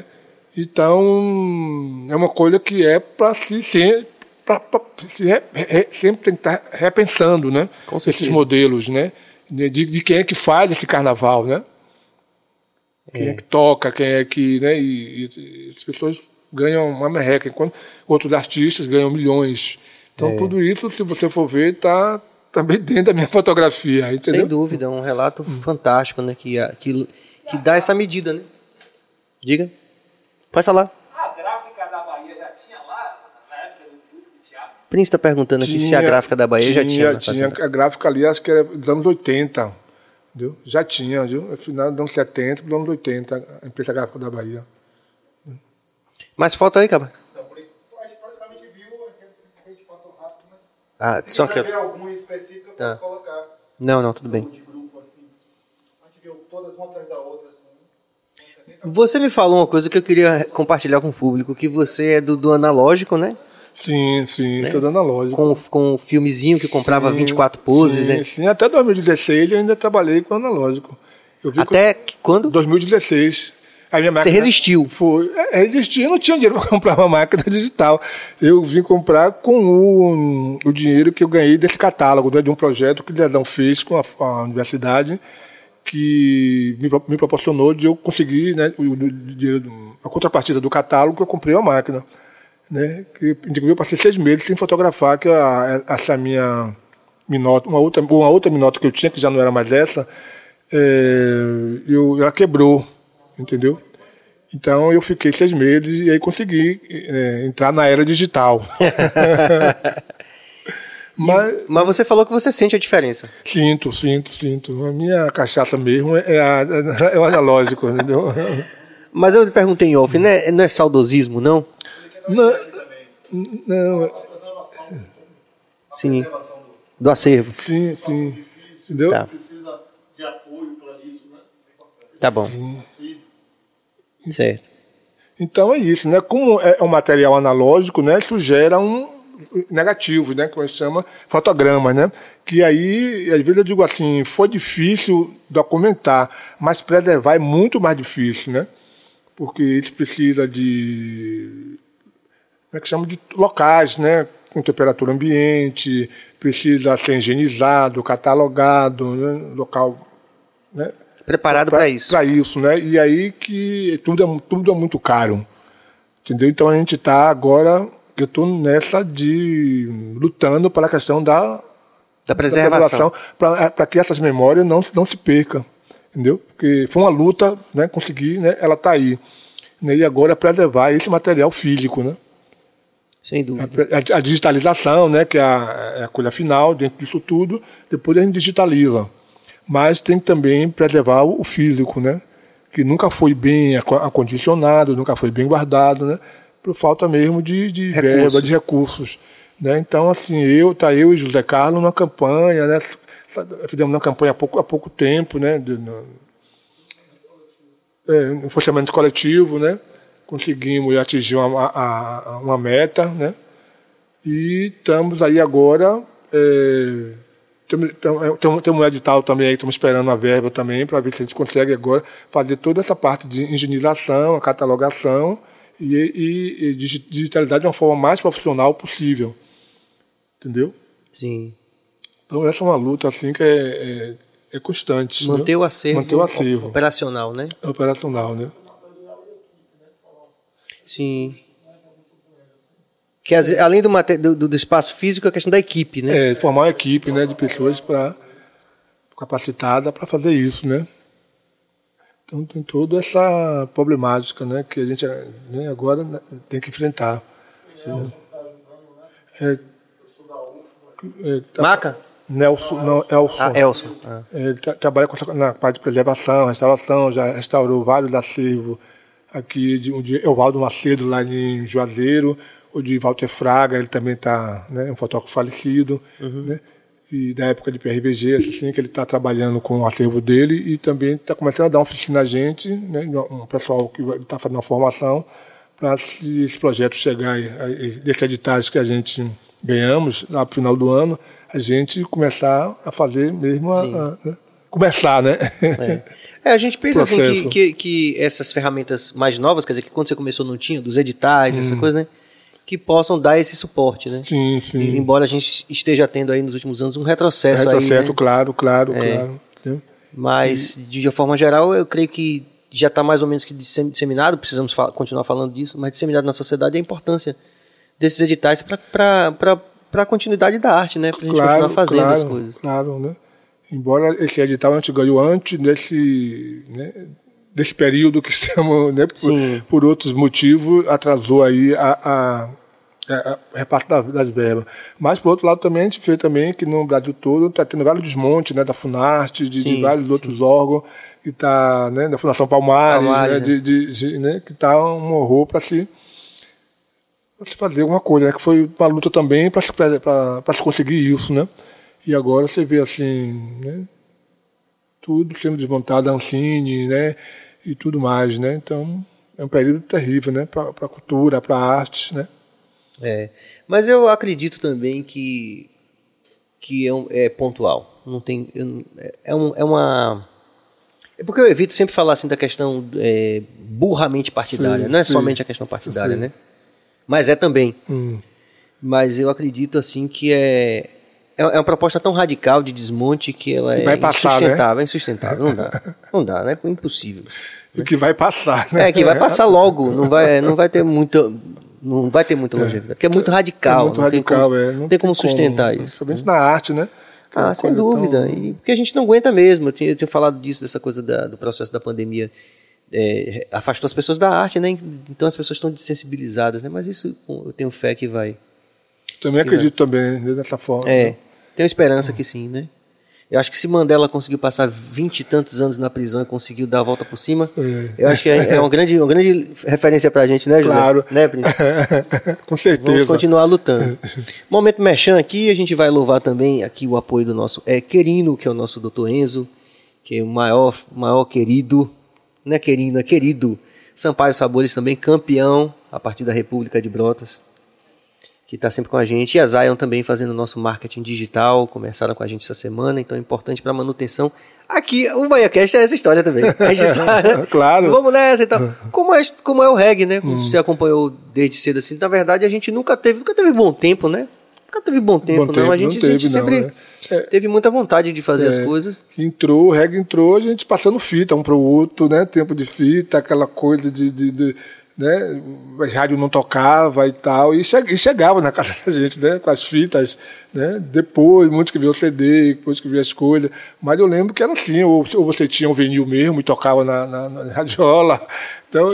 Então, é uma coisa que é para se ter, pra, pra, re, re, sempre tem que estar repensando, né, esses modelos, né, de, de quem é que faz esse carnaval, né? Quem é. é que toca, quem é que, né? E, e as pessoas ganham uma merreca, enquanto outros artistas ganham milhões. Então, é. tudo isso, se você for ver, está também dentro da minha fotografia, entendeu? Sem dúvida, um relato hum. fantástico, né? Que, que, que dá essa medida, né? Diga. Pode falar. A gráfica da Bahia já tinha lá, na época do grupo de teatro? O Prince está perguntando aqui tinha, se a gráfica da Bahia tinha, já tinha. Tinha, tinha a gráfica ali, acho que era dos anos oitenta. Entendeu? Já tinha, viu? No final dos anos setenta, dos anos oitenta, a empresa gráfica da Bahia. Mais foto aí, Caba? Não, por aí, a gente praticamente viu, a gente passou rápido, mas... Ah, se só quiser que... ver alguma específica, eu posso tá. colocar. Não, não, tudo bem. De grupo, assim. A gente viu todas uma atrás da outra, assim. Você me falou uma coisa que eu queria compartilhar com o público, que você é do, do analógico, né? Sim, sim, né? Todo analógico. Com, com o filmezinho que comprava sim, vinte e quatro poses, sim, né? Sim, até dois mil e dezesseis eu ainda trabalhei com analógico. Eu vi até com... quando? dois mil e dezesseis. A minha Você resistiu? Foi, é, resisti, eu não tinha dinheiro para comprar uma máquina digital. Eu vim comprar com o, o dinheiro que eu ganhei desse catálogo, né, de um projeto que o Ledão fez com a, a universidade, que me, me proporcionou de eu conseguir, né, o, o, a contrapartida do catálogo que eu comprei uma máquina. Né, que inclusive eu passei seis meses sem fotografar, que a, essa minha minota, uma outra, uma outra minota que eu tinha, que já não era mais essa, é, eu, ela quebrou, entendeu? Então eu fiquei seis meses e aí consegui é, entrar na era digital. Mas, Mas você falou que você sente a diferença. Sinto, sinto, sinto. A minha cachaça mesmo é, a, é o analógico, entendeu? Mas eu lhe perguntei em off, não é, não é saudosismo, não? Não, não. Sim, do acervo. Sim, sim. Entendeu? Tá. Precisa de apoio para isso, né? Tá bom. Sim. Certo. Então é isso, né? Como é um material analógico, né? Isso gera um negativo, né? Como a gente chama fotograma, né? Que aí, às vezes eu digo assim, foi difícil documentar, mas preservar é muito mais difícil, né? Porque ele precisa de... Como é que chama? De locais, né? Com temperatura ambiente, precisa ser higienizado, catalogado, né? Local, né? Preparado para isso. Para isso, né? E aí que tudo é, tudo é muito caro, entendeu? Então a gente está agora, eu estou nessa de lutando para a questão da, da preservação, para que essas memórias não, não se percam, entendeu? Porque foi uma luta, né? Conseguir, né? Ela está aí, né? E agora é preservar esse material físico, né? Sem dúvida. A, a, a digitalização, né? Que é a, é a coisa final dentro disso tudo, depois a gente digitaliza. Mas tem que também preservar o físico, né? Que nunca foi bem acondicionado, nunca foi bem guardado, né? Por falta mesmo de, de verba, de recursos. Né? Então, assim, eu, tá eu e José Carlos numa campanha, né? Fizemos uma campanha há pouco, há pouco tempo, né? De, no, é, um financiamento coletivo, né? Conseguimos atingir uma, a, uma meta, né? E estamos aí agora... É, Temos um edital também aí, estamos esperando uma verba também para ver se a gente consegue agora fazer toda essa parte de higienização, a catalogação e, e, e digitalizar de uma forma mais profissional possível. Entendeu? Sim. Então essa é uma luta assim que é, é, é constante. Manter, né? o acervo, Manter o acervo operacional, né? Operacional, né? Sim. Que além do, do, do espaço físico, é a questão da equipe, né? É, formar uma equipe, né, de pessoas para capacitada para fazer isso, né? Então tem toda essa problemática, né, que a gente, né, agora tem que enfrentar. Né? É, é, tá, Maca? Nelson, não, Elson. Ah, Elson. Ah. É, ele tra trabalha com, na parte de preservação, restauração, já restaurou vários acervos aqui, de, de Evaldo Macedo, lá em Juazeiro, o de Walter Fraga, ele também está, né, um fotógrafo falecido, uhum. né? e da época de P R B G, assim, que ele está trabalhando com o acervo dele e também está começando a dar uma oficina a gente, né, um pessoal que está fazendo uma formação para esse projeto chegar, desses editais que a gente ganhamos lá para o final do ano, a gente começar a fazer mesmo, a, a, né? começar, né? É. É, a gente pensa assim que, que, que essas ferramentas mais novas, quer dizer, que quando você começou não tinha, dos editais, hum. essa coisa, né? Que possam dar esse suporte, né? Sim, sim. E, embora a gente esteja tendo aí nos últimos anos um retrocesso, retrocesso aí, né? claro, claro, é. claro. Né? Mas, e... de forma geral, eu creio que já está mais ou menos que disseminado, precisamos fal- continuar falando disso, mas disseminado na sociedade a importância desses editais para a continuidade da arte, né? Para a gente claro, continuar fazendo claro, as coisas. Claro, né? Embora esse edital a gente ganhou antes desse, né, desse período que estamos, né, por, por outros motivos, atrasou aí a, a, a, a reparto das verbas. Mas, por outro lado, também a gente vê também que no Brasil todo está tendo vários desmontes, né, da Funarte, de, de vários sim. outros órgãos, que está, né, da Fundação Palmares, Palmares né, né? De, de, de, né, que está um horror para se, se fazer alguma coisa, né, que foi uma luta também para se, se conseguir isso, né? E agora você vê assim, né, tudo sendo desmontado, a Ancine, né, e tudo mais, né? Então é um período terrível, né, para a cultura, para a arte, né? É, mas eu acredito também que que é, um, é pontual, não tem, é, um, é uma é porque eu evito sempre falar assim da questão é, burramente partidária, sim, não é sim, somente a questão partidária, sim. né? Mas é também. Hum. Mas eu acredito assim que é É uma proposta tão radical de desmonte que ela é vai passar, insustentável, né? é insustentável, não dá, não dá, né? É impossível. E que vai passar, né? É, que vai passar logo, não vai, não vai ter muita, não vai ter muita longevidade, porque é muito radical. É muito não radical, tem como, é. Não tem, tem como sustentar como, isso. Principalmente na arte, né? Que ah, sem dúvida. Tão... E porque a gente não aguenta mesmo. Eu tinha, eu tinha falado disso, dessa coisa da, do processo da pandemia. É, afastou as pessoas da arte, né? Então as pessoas estão desensibilizadas, né? Mas isso eu tenho fé que vai. Também que acredito vai. também, né, dessa forma. É. Né? Tenho esperança que sim, né? Eu acho que se Mandela conseguiu passar vinte e tantos anos na prisão e conseguiu dar a volta por cima, é. eu acho que é, é uma, grande, uma grande referência pra gente, né, José? Claro. Né, Príncipe? Com certeza. Vamos continuar lutando. Momento merchan aqui, a gente vai louvar também aqui o apoio do nosso é, querido, que é o nosso doutor Enzo, que é o maior, maior querido, não é querido, é querido, Sampaio Sabores também, campeão a partir da República de Brotas, que está sempre com a gente, e a Zion também fazendo o nosso marketing digital, começaram com a gente essa semana, então é importante para a manutenção. Aqui, o BahiaCast é essa história também. A gente tá, claro. Vamos nessa e tal. Como é, como é o reggae, né? Como hum. você acompanhou desde cedo assim, na verdade a gente nunca teve, nunca teve bom tempo, né? Nunca teve bom tempo, bom não. Tempo, a gente, não teve, a gente sempre não, é. teve muita vontade de fazer é, as coisas. Entrou, o reggae entrou, a gente passando fita um para o outro, né? Tempo de fita, aquela coisa de... de, de né, a rádio não tocava e tal, e chegava na casa da gente, né, com as fitas, né, depois, muitos que viam o T D, depois que viam a escolha, mas eu lembro que era assim, ou, ou você tinha um vinil mesmo e tocava na, na, na radiola, então,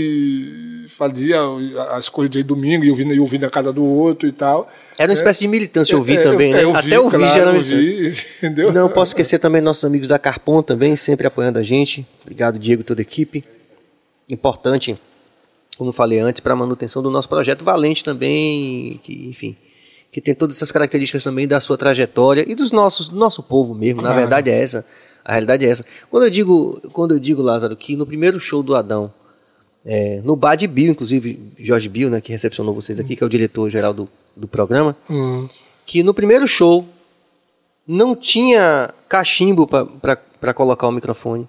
e fazia as coisas de domingo, e ouvindo, e ouvindo na casa do outro e tal. Era uma né? espécie de militância ouvir é, também, é, né? Eu, Até eu ouvir, claro, geralmente. Ouvi, entendeu? Não posso esquecer também nossos amigos da Carpon também, sempre apoiando a gente. Obrigado, Diego e toda a equipe. Importante, como falei antes, para a manutenção do nosso projeto Valente também, que, enfim, que tem todas essas características também da sua trajetória e dos nossos, do nosso povo mesmo, claro. Na verdade é essa, a realidade é essa. Quando eu digo, quando eu digo, Lázaro, que no primeiro show do Adão, é, no bar de Bill, inclusive Jorge Bill, né, que recepcionou vocês aqui, que é o diretor-geral do, do programa, hum. que no primeiro show não tinha cachimbo para colocar o microfone.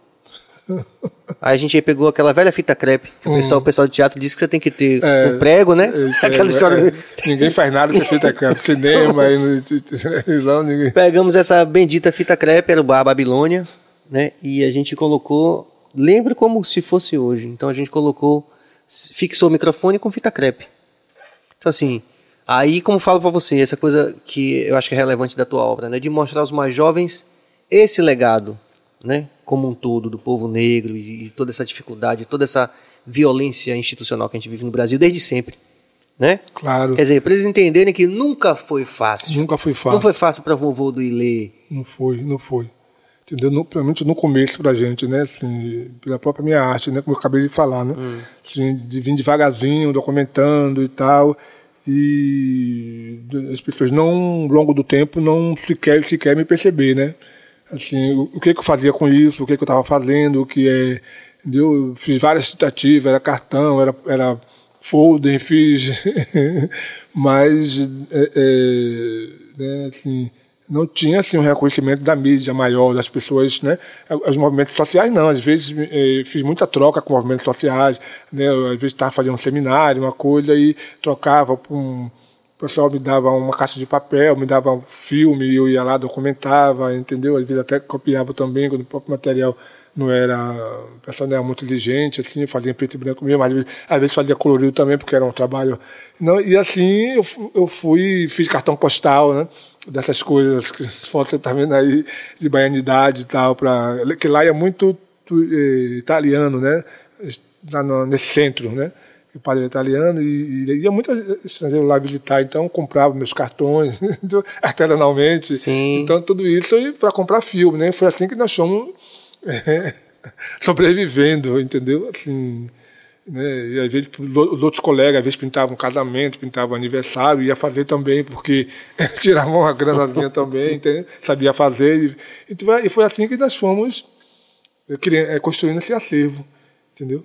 Aí a gente pegou aquela velha fita crepe, que o pessoal, hum. o pessoal de teatro disse que você tem que ter é, um prego, né? É, aquela é, história. É, ninguém faz nada com fita crepe, cinema, aí no televisão, ninguém. Pegamos essa bendita fita crepe, era o bar Babilônia, né? E a gente colocou, lembro como se fosse hoje. Então a gente colocou, fixou o microfone com fita crepe. Então assim, aí como falo pra você, essa coisa que eu acho que é relevante da tua obra, né? De mostrar aos mais jovens esse legado, né, como um todo, do povo negro e, e toda essa dificuldade, toda essa violência institucional que a gente vive no Brasil desde sempre, né? Claro. Quer dizer, para eles entenderem que nunca foi fácil. Nunca foi fácil. Não foi fácil para vovô do Ilê. Não foi, não foi. Entendeu? No, principalmente no começo pra gente, né? Assim, pela própria minha arte, né? Como eu acabei de falar, né? Hum. Assim, de vir devagarzinho, documentando e tal. e as pessoas não, ao longo do tempo, não sequer, sequer me perceber, né? Assim, o, o que, que eu fazia com isso, o que, que eu estava fazendo, o que é... Entendeu? Eu fiz várias tentativas, era cartão, era, era folder, fiz... mas, é, é, né, assim, não tinha assim, um reconhecimento da mídia maior, das pessoas, né? Os movimentos sociais, não. Às vezes eh, fiz muita troca com movimentos sociais, né? Eu, às vezes estava fazendo um seminário, uma coisa, e trocava por um... O pessoal me dava uma caixa de papel, me dava um filme, eu ia lá, documentava, entendeu? Às vezes até copiava também, quando o próprio material não era... O pessoal não era muito inteligente, assim, fazia em preto e branco mesmo, às vezes, às vezes fazia colorido também, porque era um trabalho... Não, e assim, eu, eu fui, fiz cartão postal, né? Dessas coisas, que fotos você tá vendo aí, de baianidade e tal, pra, que lá é muito eh, italiano, né? Lá no, nesse centro, né? O padre é italiano e, e ia muito estrangeiro lá visitar, então comprava meus cartões artesanalmente. Sim. Então tudo isso para comprar filme, né? Foi assim que nós fomos é, sobrevivendo, entendeu? Assim, né? E às vezes os outros colegas às vezes pintavam casamento, pintavam aniversário, ia fazer também, porque tiravam uma granazinha também, entendeu? Sabia fazer. E, e foi assim que nós fomos construindo esse acervo, entendeu?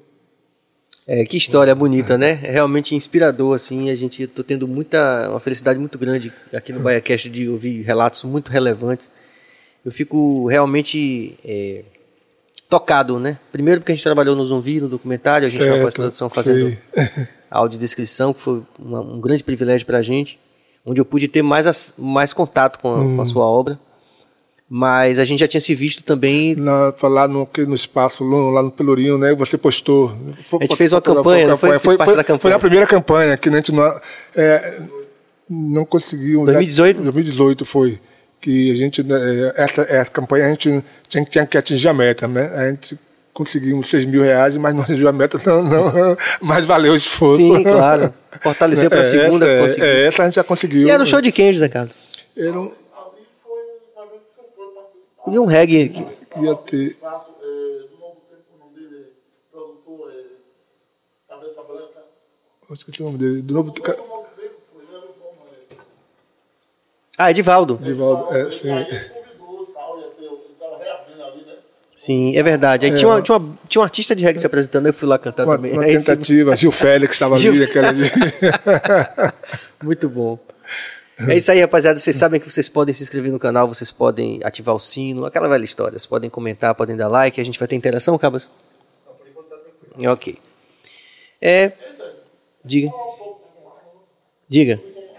É, que história bonita, né? É realmente inspirador, assim. A gente tô tendo muita, uma felicidade muito grande aqui no BaiaCast de ouvir relatos muito relevantes. Eu fico realmente é, tocado, né? Primeiro porque a gente trabalhou no Zumbi, no documentário, a gente estava é, com a produção fazendo a audiodescrição, que foi uma, um grande privilégio para a gente, onde eu pude ter mais, as, mais contato com a, hum. com a sua obra. Mas a gente já tinha se visto também... Na, lá no, no espaço, lá no Pelourinho, né? Você postou. Foi, a gente fez uma campanha, não foi? Foi, foi, foi, foi a primeira campanha que a gente não, é, não conseguiu... dois mil e dezoito? Né? dois mil e dezoito foi. Que a gente... Essa, essa campanha a gente tinha, tinha que atingir a meta, né? A gente conseguimos seis mil reais, mas não atingiu a meta, não, não. Mas valeu o esforço. Sim, claro. Fortaleceu para a segunda. É, essa, é, essa a gente já conseguiu. E era um show de quem, José Carlos? Era um... E um reggae aqui. Ia ter. Esqueci o nome dele. Do novo... Ah, Edivaldo. Edivaldo, é, sim. Sim, é verdade. Aí é. tinha, uma, tinha, uma, tinha um artista de reggae se apresentando, eu fui lá cantar uma, também. Uma tentativa, Gil Félix estava ali. Aquela... Muito bom. É isso aí, rapaziada. Vocês sabem que vocês podem se inscrever no canal, vocês podem ativar o sino, aquela velha história. Vocês podem comentar, podem dar like, a gente vai ter interação, Cabas? Ok. É... Diga. Diga.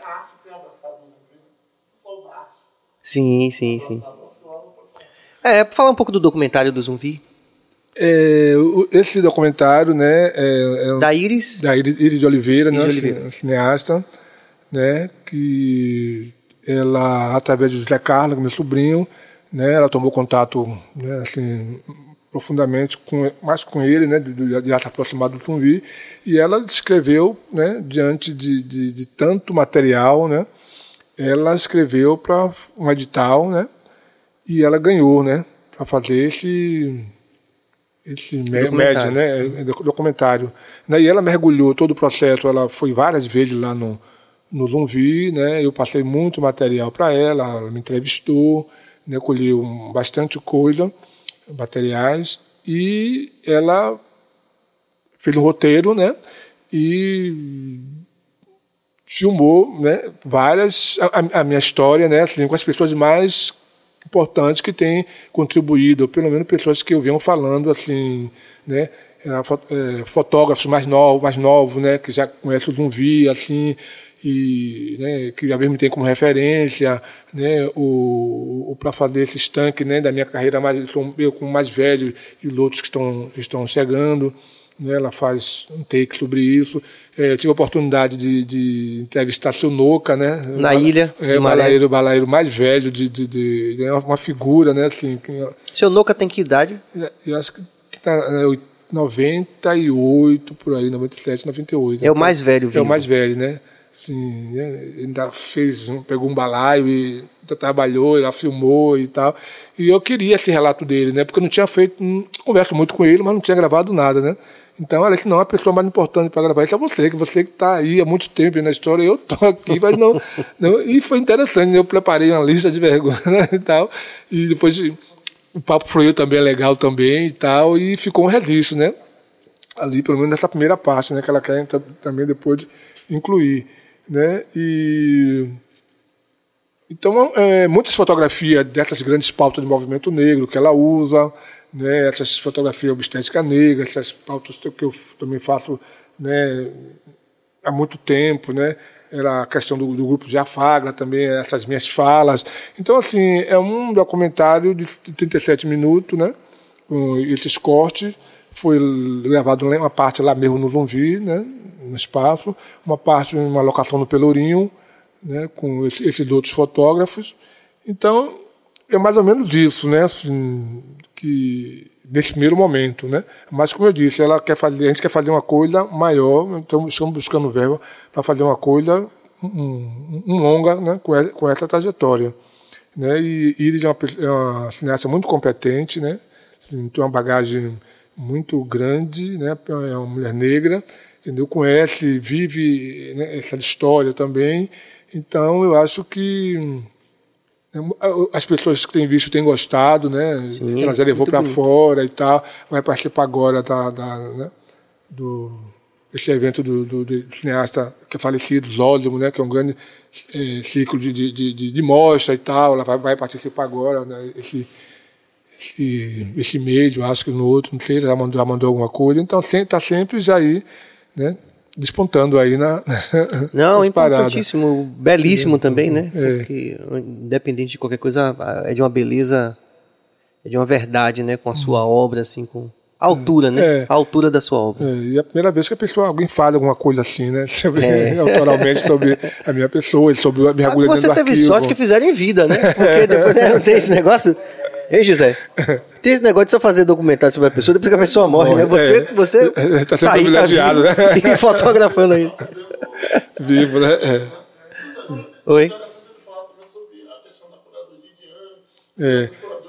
Sim, sim, sim. É, para falar um pouco do documentário do Zumbi. É, esse documentário, né... É, é um, da Iris? Da Iris, Iris de Oliveira, Iris né? De Oliveira. Cineasta. Né, que ela, através do José Carlos, meu sobrinho, né, ela tomou contato, né, assim, profundamente com, mais com ele, né, de, de estar aproximado do Zumbi, e ela escreveu, né, diante de, de, de tanto material, né, ela escreveu para um edital, né, e ela ganhou, né, para fazer esse esse média, né, documentário. E ela mergulhou todo o processo, ela foi várias vezes lá no no Zumbi, né? Eu passei muito material para ela, ela me entrevistou, né? Colheu bastante coisa, materiais, e ela fez um roteiro, né? E filmou, né? Várias a, a minha história, né? Assim, com as pessoas mais importantes que têm contribuído, ou pelo menos pessoas que eu venho falando, assim, né? É, fotógrafos mais novos, mais novos, né? Que já conhecem o Zumbi, assim. E, né, que às vezes me tem como referência, né, o, o para fazer esse estanque, né, da minha carreira, mais, eu como mais velho e os outros que estão, que estão chegando, né, ela faz um take sobre isso. É, tive a oportunidade de, de entrevistar seu Noca, né, na bala, ilha é, balaeiro, balaeiro mais velho, de, de, de, de uma figura, né, assim. Seu Noca tem que idade? Eu acho que tá, é, noventa e oito, por aí, noventa e sete, noventa e oito. É o mais velho, viu? É o mais velho, né? Assim, ainda fez, pegou um balaio e trabalhou, ela filmou e tal. E eu queria esse relato dele, né? Porque eu não tinha feito, converso muito com ele, mas não tinha gravado nada, né? Então, ela disse, não, a pessoa mais importante para gravar isso é você, que você que está aí há muito tempo na história, eu estou aqui, mas não, não... E foi interessante, né? Eu preparei uma lista de vergonha, né, e tal, e depois o papo fluiu também, é legal também e tal, e ficou um registro, né? Ali, pelo menos nessa primeira parte, né? Que ela quer também depois incluir, né? E... Então, é, muitas fotografias dessas grandes pautas de movimento negro que ela usa, né, essas fotografias obstétrica negra, essas pautas que eu também faço, né, há muito tempo, né, era a questão do, do grupo de Afagra também, essas minhas falas. Então, assim, é um documentário de trinta e sete minutos, né, com esses cortes. Foi gravado uma parte lá mesmo no Zumbi, né, no espaço, uma parte em uma locação no Pelourinho, né, com esses outros fotógrafos. Então, é mais ou menos isso, né, assim, que nesse primeiro momento, né? Mas, como eu disse, ela quer fazer, a gente quer fazer uma coisa maior, então estamos buscando verba para fazer uma coisa, um, um longa, né, com, essa, com essa trajetória. Né? E Iris é uma, é uma cineasta muito competente, né? Assim, tem uma bagagem muito grande, né? É uma mulher negra, entendeu? Conhece, vive, né, essa história também. Então, eu acho que as pessoas que têm visto têm gostado, né? Sim, ela já levou para fora e tal. Vai participar agora da, da, né? do esse evento do, do, do cineasta que é falecido, Zódimo, né? Que é um grande é, ciclo de, de, de, de mostra e tal. Ela vai, vai participar agora, né? Esse, esse, esse mês, eu acho que no outro, não sei, ela mandou, ela mandou alguma coisa. Então, está sempre já aí, né? Despontando aí na Não, é importantíssimo, belíssimo é, também, né? É. Porque, independente de qualquer coisa, é de uma beleza, é de uma verdade, né? Com a sua obra, assim, com a altura, né? É. A altura da sua obra. É. E é a primeira vez que a pessoa, alguém fala alguma coisa assim, né? É. Autoralmente sobre a minha pessoa, sobre a minha agulha dentro do arquivo. Você teve sorte que fizeram em vida, né? Porque depois, né, não tem esse negócio... Hein, José? Tem esse negócio de só fazer documentário sobre a pessoa, depois que a pessoa morre, morre né? Você, é, você é, tá, tá aí, tá vivo, né? E fotografando aí. Vivo, né? É. Oi? É.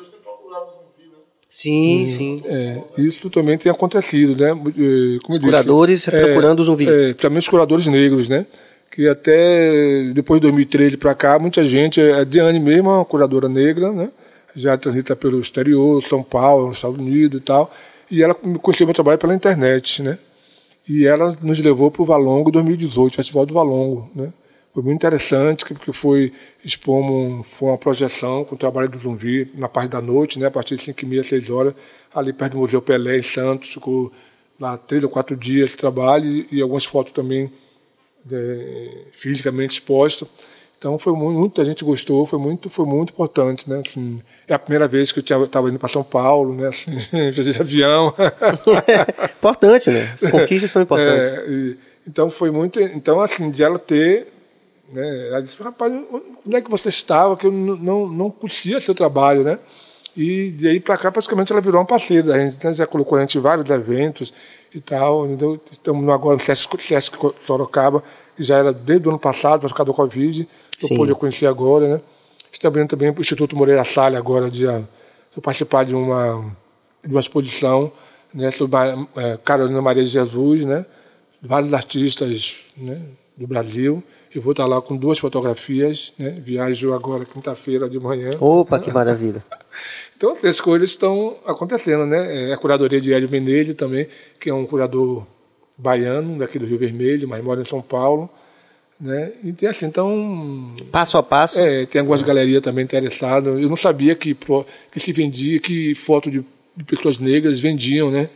Sim, sim. É, isso também tem acontecido, né? Como os curadores disse, procurando os zumbi. É, também os curadores negros, né? Que até depois de dois mil e treze para cá, muita gente, a Diane mesmo, uma curadora negra, né? Já transita pelo exterior, São Paulo, Estados Unidos e tal, e ela conheceu meu trabalho pela internet, né? E ela nos levou para o Valongo dois mil e dezoito, Festival do Valongo, né? Foi muito interessante, porque foi, expomos, foi uma projeção com o trabalho do Zumbi na parte da noite, né? A partir de cinco e meia, seis horas, ali perto do Museu Pelé, em Santos, ficou lá três ou quatro dias de trabalho e, e algumas fotos também de, fisicamente expostas. Então, foi muito, muita gente gostou, foi muito, foi muito importante, né? Assim, é a primeira vez que eu estava indo para São Paulo, né? Fiz de avião. Importante, né? As conquistas são importantes. É, e, então, foi muito... Então, assim, de ela ter... Né, ela disse, rapaz, onde é que você estava? Que eu não, não, não curtia seu trabalho, né? E de aí para cá, praticamente, ela virou uma parceira da gente, né? Já colocou a gente em vários eventos e tal. Então, estamos agora no Sesc Sorocaba, que já era desde o ano passado, mas por causa do Covid, eu pude conhecer agora, né? Estamos também o Instituto Moreira Salles agora, de, de participar de uma, de uma exposição, né, sobre é, Carolina Maria de Jesus, né? Vários artistas, né, do Brasil. Eu vou estar lá com duas fotografias, né? Viajo agora quinta-feira de manhã. Opa, que maravilha. Então, as coisas estão acontecendo, né? É a curadoria de Hélio Menezes também, que é um curador baiano, daqui do Rio Vermelho, mas mora em São Paulo, né? E tem assim, então... Passo a passo. É, tem algumas galerias também interessadas. Eu não sabia que, que se vendia, que foto de, de pessoas negras vendiam, né?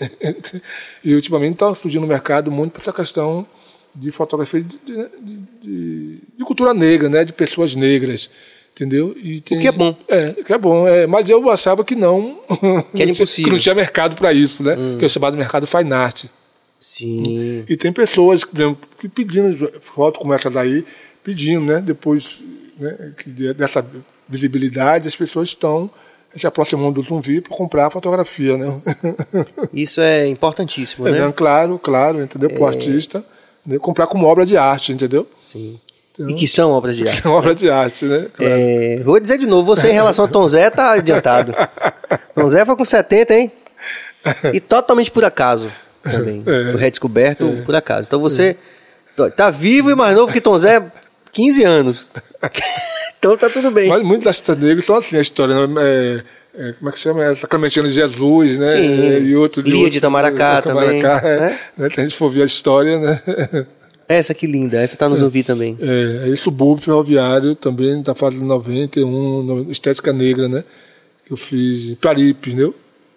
E ultimamente está surgindo no mercado muito por essa questão de fotografia de, de, de, de cultura negra, né? De pessoas negras, entendeu? E tem, o que é bom. É, que é bom. É, mas eu achava que não... Que era impossível. Que não tinha mercado para isso, né? Hum. Que é o chamado mercado fine art. Sim. E tem pessoas que pedindo foto como essa daí, pedindo, né? Depois, né, que dessa visibilidade, as pessoas estão se aproximando do Zumbi para comprar a fotografia, né? Isso é importantíssimo, é, né? Não, claro, claro, entendeu? Para o é... artista, né, comprar como obra de arte, entendeu? Sim. Então, e que são obras de arte. São obras de arte, né? Claro. É, vou dizer de novo, você em relação a Tom Zé tá adiantado. Tom Zé foi com setenta, hein? E totalmente por acaso. também. É. Foi redescoberto por acaso. Então você é. tá vivo e mais novo que Tom Zé, quinze anos. Então tá tudo bem. Mas muito da Cidade Negra, então tem a história, né? É, é, como é que chama? É, a Clementina de Jesus, né? Sim. É, e outro de Lia outro, de Itamaracá também. é, né? né? Se a gente for ver a história, né? Essa que linda, essa tá nos ouvindo também. É, aí Subúrbio Ferroviário também, da fase de noventa e um, no- Estética Negra, né? Que eu fiz em Paripe, entendeu?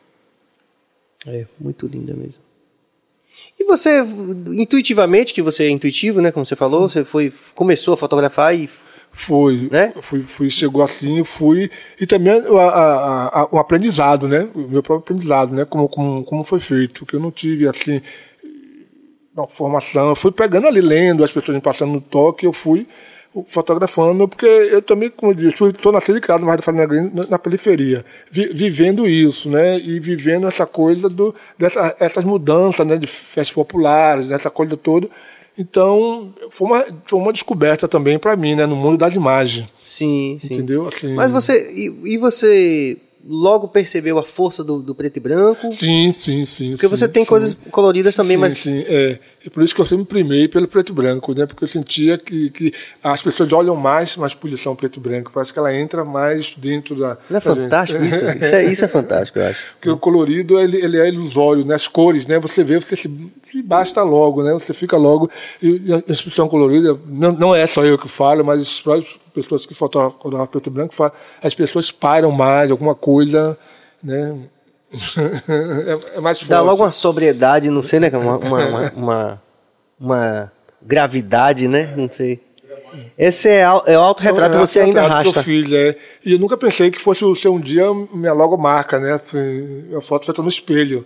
É, muito linda mesmo. E você, intuitivamente, que você é intuitivo, né? Como você falou, você foi, começou a fotografar e... Foi, Né? fui, fui, chegou assim, fui, e também a, a, a, o aprendizado, né, o meu próprio aprendizado, né, como, como, como foi feito, que eu não tive, assim, uma formação, eu fui pegando ali, lendo, as pessoas me passando no toque, eu fui fotografando, porque eu também, como eu disse, estou nascido e criado mais da família Grande na, na periferia, vi, vivendo isso, né, e vivendo essa coisa do, dessa, essas mudanças, né, de festas populares, né, essa coisa toda. Então, foi uma, foi uma descoberta também para mim, né, no mundo da imagem. Sim, sim. Entendeu? Assim, Mas você... E, e você logo percebeu a força do, do preto e branco? Sim, sim, sim. Porque sim, você tem sim, coisas coloridas também, sim, mas... Sim, é. E por isso que eu sempre primei pelo preto e branco, né? Porque eu sentia que, que as pessoas olham mais uma exposição preto e branco. Parece que ela entra mais dentro da... Não é da gente. fantástico isso? Isso é, isso é fantástico, eu acho. Porque o colorido, ele, ele é ilusório, né? As cores, né? Você vê, você se, se basta logo, né? Você fica logo... E, e a exposição colorida, não, não é só eu que falo, mas as próprias pessoas que fotografam preto e branco falam, as pessoas param mais, alguma coisa... Né? é, é mais forte. Dá logo uma sobriedade, não sei, né? Uma, uma, uma, uma, uma gravidade, né? Não sei. Esse é, au- é o autorretrato, É, você é, ainda retrato que eu arrasta. fiz, é. E eu nunca pensei que fosse ser um dia minha logomarca, né? Assim, a foto feita no espelho.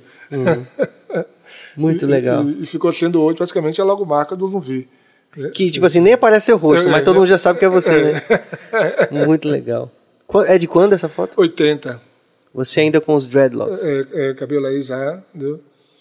Muito E- legal. E, e ficou sendo hoje praticamente a logomarca do Zumbi. Né? Que, tipo assim, nem aparece seu rosto, É, mas é, todo é. mundo já sabe que é você, né? Muito legal. Qu- É de quando essa foto? oitenta. Você ainda com os dreadlocks. É, é, cabelo aí já, entendeu?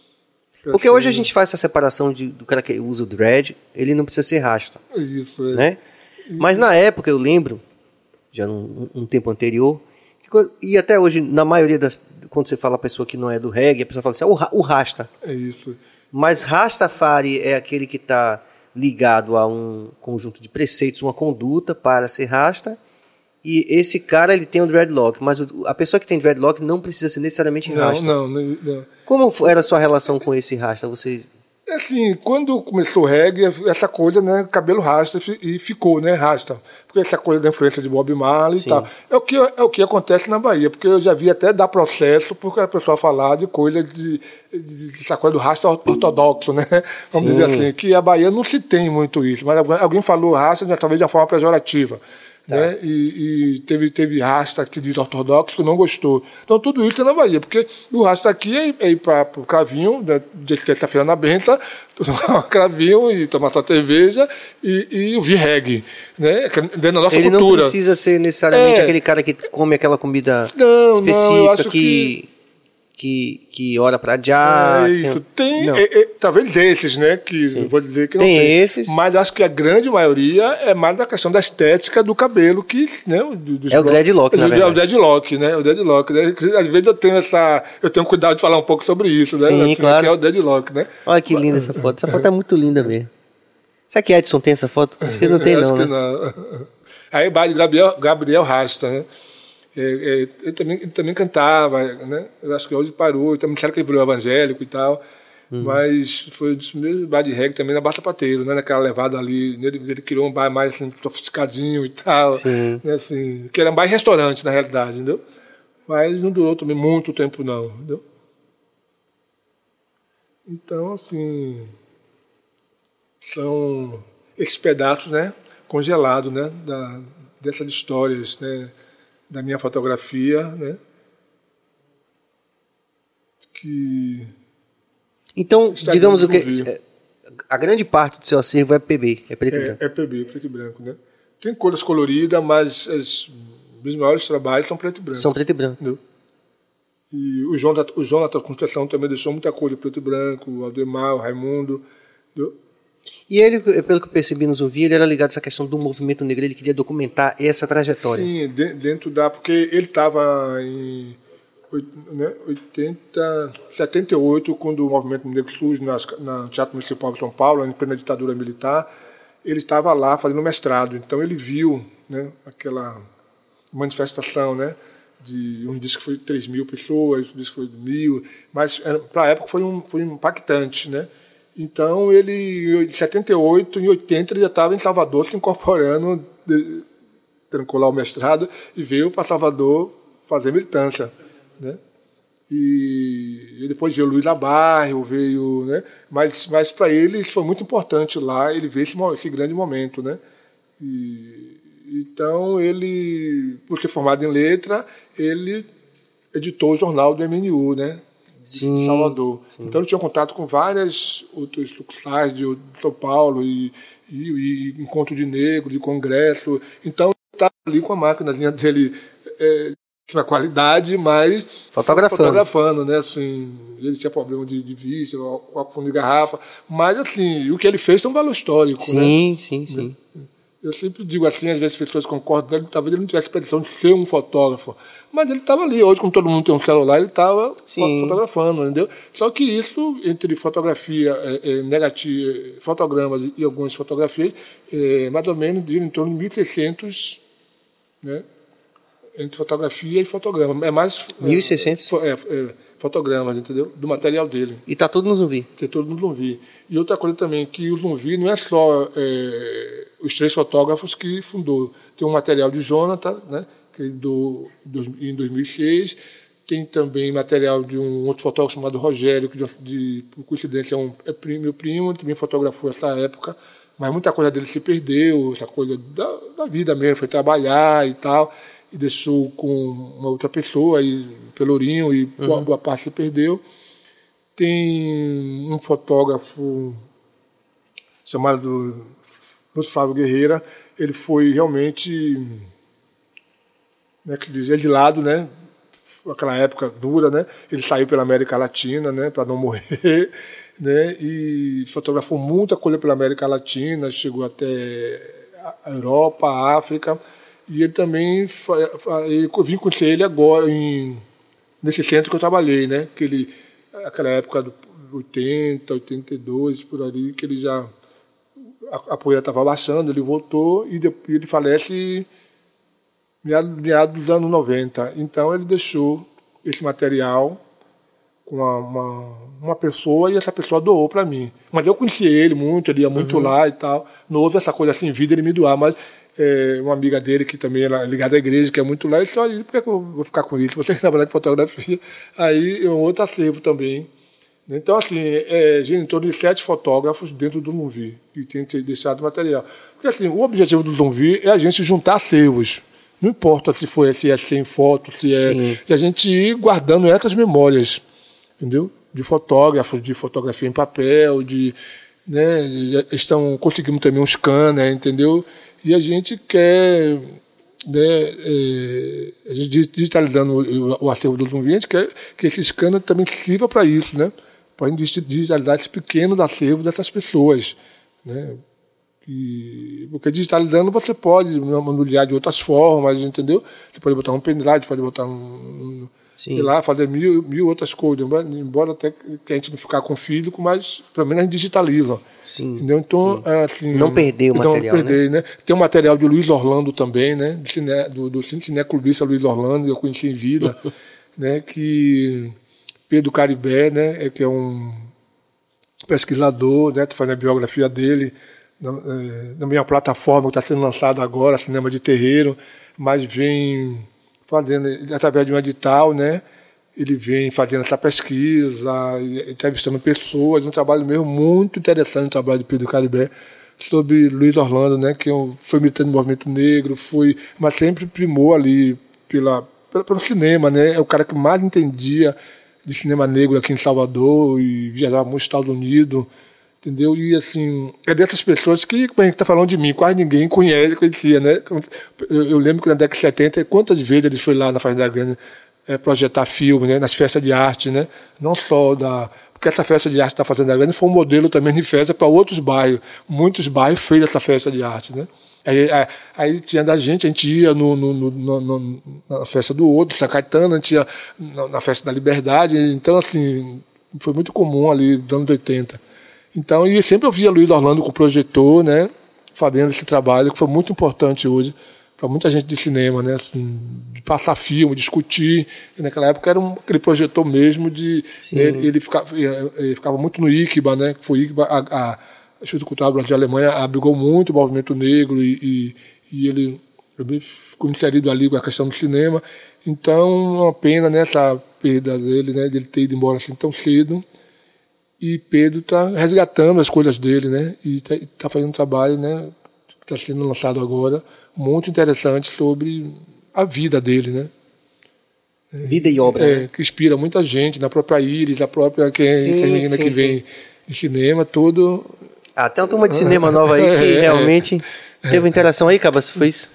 Porque hoje a gente faz essa separação de, do cara que usa o dread, ele não precisa ser rasta, Isso, é. né? Mas na época eu lembro, já num um tempo anterior, que co- e até hoje, na maioria das... Quando você fala a pessoa que não é do reggae, a pessoa fala assim, "Ah, o, ra- o rasta." É isso. Mas Rastafari é aquele que está ligado a um conjunto de preceitos, uma conduta para ser rasta. E esse cara, ele tem o dreadlock, mas o- a pessoa que tem dreadlock não precisa ser necessariamente Não, rasta. não, não, não. Como fo- era a sua relação com esse rasta? Você... Assim, quando começou o reggae, essa coisa, né, cabelo rasta fi- e ficou, né, rasta. Porque essa coisa da influência de Bob Marley Sim. e tal. É o, que, é o que acontece na Bahia, porque eu já vi até dar processo porque a pessoa falar de coisa de, de, de essa coisa do rasta ortodoxo, né? Vamos Sim. dizer assim, que a Bahia não se tem muito isso, mas alguém, alguém falou rasta, né, talvez de uma forma pejorativa. Né? E, e teve, teve rasta que diz ortodoxo que não gostou. Então tudo isso é na Bahia, porque o rasta aqui é, é ir para o Cravinho, né, de terça-feira na Benta, tomar um Cravinho e tomar sua cerveja e, e ouvir reggae, né? Que é dentro da nossa Ele não cultura. precisa ser necessariamente É. aquele cara que come aquela comida Não, não, específica, eu acho que, que, que ora pra já. É isso. Tem, Não. é, é, talvez desses, né? Que eu vou dizer que não Tem tem. esses. Mas eu acho que a grande maioria é mais da questão da estética do cabelo, que, né? do- dos É o pró- dreadlock, na É o verdade. dreadlock, né? O dreadlock, né? Às vezes eu tenho essa. Eu tenho cuidado de falar um pouco sobre isso, né? Sim, Assim, claro. Que é o dreadlock, né? Olha que linda essa foto. Essa foto é muito linda mesmo. Será que Edson tem essa foto? Acho que não tem, Eu não. acho que Né? não. Aí baile Gabriel, Gabriel Rasta, né? É, é, ele, também, ele também cantava, né? Eu acho que hoje parou, também disseram que ele virou evangélico e tal. Uhum. Mas foi um dos meus bar de reggae também na Bata Pateiro, né? Naquela levada ali. Ele, ele criou um bar mais assim, sofisticadinho e tal. Sim. Né? Assim, que era um bar restaurante, na realidade, entendeu? Mas não durou também muito tempo, não, entendeu? Então, assim. São ex-pedaços, né? Congelados, né? Da, dessas histórias, né? Da minha fotografia, né? Que Então, Está digamos o dentro que. do A grande parte do seu acervo é P B, é preto e é, branco. é P B, preto e branco, né? Tem cores coloridas, mas as, os maiores trabalhos são preto e branco. São preto e branco. Entendeu? E o João da, o João da Construção também deixou muita cor de preto e branco, o Aldemar, o Raimundo, entendeu? E ele, pelo que eu percebi no Zumbi, ele era ligado a essa questão do movimento negro, ele queria documentar essa trajetória. Sim, de- dentro da... Porque ele estava em né, oitenta, setenta e oito, quando o movimento negro surge nas, na Teatro Municipal de São Paulo, em plena ditadura militar, ele estava lá fazendo mestrado. Então ele viu, né, aquela manifestação, né, de um disco que foi três mil pessoas, um disco que foi mil, mas para a época foi um, foi impactante, né? Então ele, em setenta e oito, em oitenta, ele já estava em Salvador se incorporando, trancou lá o mestrado e veio para Salvador fazer militância, né? E, e depois veio o Luiz Labarre, veio, né? Mas, mas para ele isso foi muito importante lá, ele veio esse, esse grande momento, né? E, então ele, por ser formado em letra, ele editou o jornal do M N U, né? Sim, de Salvador. sim. Então ele tinha contato com várias outros sucursais de São Paulo e, e, e encontro de negro, de congresso. Então ele estava ali com a máquina dele, é, na qualidade, mas Fotografando. fotografando, né? Assim, ele tinha problema de, de vista, copo fundo de garrafa, mas assim, o que ele fez tem um valor histórico, Sim, né? sim, sim. Eu sempre digo assim, às vezes as pessoas concordam, ele, talvez ele não tivesse a pretensão de ser um fotógrafo, mas ele estava ali. Hoje, como todo mundo tem um celular, ele estava fotografando, entendeu? Só que isso, entre fotografia é, é, negativa, fotogramas e algumas fotografias, é, mais ou menos em torno de mil e seiscentos, né? Entre fotografia e fotograma. É mais... mil e seiscentos? É, é, fotogramas, entendeu? Do material dele. E tá tudo no Zumbi. Tem todo no Zumbi. E outra coisa também, que o Zumbi não é só é, os três fotógrafos que fundou. Tem um material de Jonathan, né, que do, em dois mil e seis. Tem também material de um outro fotógrafo chamado Rogério, que de, de, por coincidência é, um, é primo, meu primo, também fotografou essa época. Mas muita coisa dele se perdeu, essa coisa da, da vida mesmo, foi trabalhar e tal, e deixou com uma outra pessoa, aí, Pelourinho, e boa, boa parte se perdeu. Tem um fotógrafo chamado Lúcio Flávio Guerreira, ele foi realmente, né, que diz, exilado, né, aquela época dura, né, ele saiu pela América Latina, né, para não morrer, né, e fotografou muita coisa pela América Latina, chegou até a Europa, a África, e ele também, eu vim conhecer ele agora, em, nesse centro que eu trabalhei, né, que ele, aquela época do oitenta, oitenta e dois, por ali, que ele já, a, a poeira estava baixando, ele voltou e depois, ele falece meados meado dos anos noventa. Então ele deixou esse material com uma, uma, uma pessoa e essa pessoa doou para mim. Mas eu conheci ele muito, ele ia muito uhum. lá e tal. Não houve essa coisa assim, vida ele me doar, mas é, uma amiga dele que também era ligada à igreja, que é muito lá, ele disse, olha, por que, que eu vou ficar com isso? Você tem que trabalhar de fotografia. Aí é um outro acervo também. Então, assim, é, em torno de sete fotógrafos dentro do Zumbi, que tem que ser deixado material. Porque, assim, o objetivo do Zumbi é a gente juntar acervos. Não importa se foi se é sem foto, se é... Se a gente ir guardando essas memórias, entendeu? De fotógrafos, de fotografia em papel, de... Né, estão conseguindo também um scanner, entendeu? E a gente quer... Né, é, a gente digitalizando o, o acervo do Zumbi, a gente quer que esse scanner também sirva para isso, né? Para a gente digitalizar esse pequeno acervo dessas pessoas, né? E, porque digitalizando você pode manusear de outras formas, entendeu? Você pode botar um pendrive, pode botar um, sei lá, fazer mil, mil outras coisas, embora até que a gente não ficar com físico, mas pelo menos a gente digitaliza. Sim. Entendeu? Então, assim, não perder o material, não perder, né? né? Tem o material de Luiz Orlando também, né? Do, cine, do, do cineclubista Luiz Orlando, eu conheci em vida, né? Que Pedro Caribé, né? Que é um pesquisador, né? Tô fazendo a biografia dele na, na minha plataforma que está sendo lançada agora, Cinema de Terreiro, mas vem fazendo, através de um edital, né? Ele vem fazendo essa pesquisa, entrevistando pessoas, um trabalho mesmo muito interessante, o trabalho de Pedro Caribé, sobre Luiz Orlando, né, que foi militante do movimento negro, foi, mas sempre primou ali pela, pela, pelo cinema, né, é o cara que mais entendia de cinema negro aqui em Salvador e viajava muito nos Estados Unidos, entendeu? E, assim, é dessas pessoas que, como a gente está falando de mim, quase ninguém conhece, conhecia, né? Eu, eu lembro que na década de setenta, quantas vezes ele foi lá na Fazenda Grande é, projetar filme, né? Nas festas de arte, né? Não só da... Porque essa festa de arte da Fazenda Grande foi um modelo também de festa para outros bairros. Muitos bairros fez essa festa de arte, né? Aí, aí, aí tinha da gente, a gente ia no, no, no, no, na festa do outro, São Caetano, a gente ia na, na festa da Liberdade, então assim, foi muito comum ali nos anos oitenta. Então, e sempre eu via Luiz Orlando com o projetor, né, fazendo esse trabalho, que foi muito importante hoje para muita gente de cinema, né, assim, de passar filme, discutir. E naquela época era um, aquele projetor mesmo de... Né, ele, ele, ficava, ele ficava muito no I C B A, né, que foi I C B A, a, a Instituto Cultural Brasil Alemanha abrigou muito o movimento negro e, e, e ele ficou inserido ali com a questão do cinema. Então, uma pena, né, essa perda dele, né, de ele ter ido embora assim tão cedo. E Pedro está resgatando as coisas dele, né, e está tá fazendo um trabalho, né, que está sendo lançado agora, muito interessante sobre a vida dele, né. Vida e obra. É, né? que inspira muita gente, na própria Iris, na própria quem, Sim, essa menina sim, que sim. vem de cinema, tudo. Ah, tem uma turma de cinema nova aí que É, realmente teve uma interação aí, Cabas, foi isso?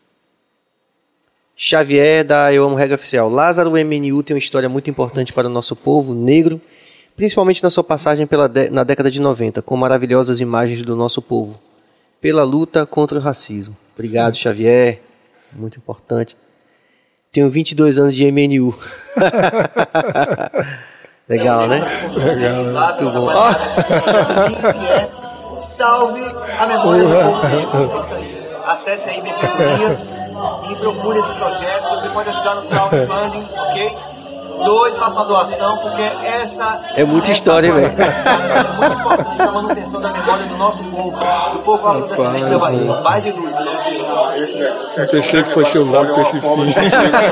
Xavier, da Eu Amo Regra Oficial. Lázaro M N U tem uma história muito importante para o nosso povo negro, principalmente na sua passagem pela de- na década de noventa, com maravilhosas imagens do nosso povo, pela luta contra o racismo. Obrigado, Xavier. Muito importante. Tenho vinte e dois anos de M N U. Legal, né? Legal, né? Muito bom. Ó, Salve a memória do povo negro. É isso aí. Acesse aí Benfeitorias e procure esse projeto. Você pode ajudar no crowdfunding, ok? Doe, faça uma doação, porque essa... É muita essa história, hein, velho? É muito importante para a manutenção da memória do nosso povo, do povo afrodescendente da Bahia. Paz e luz. Eu pensei que foi seu lado para esse fim.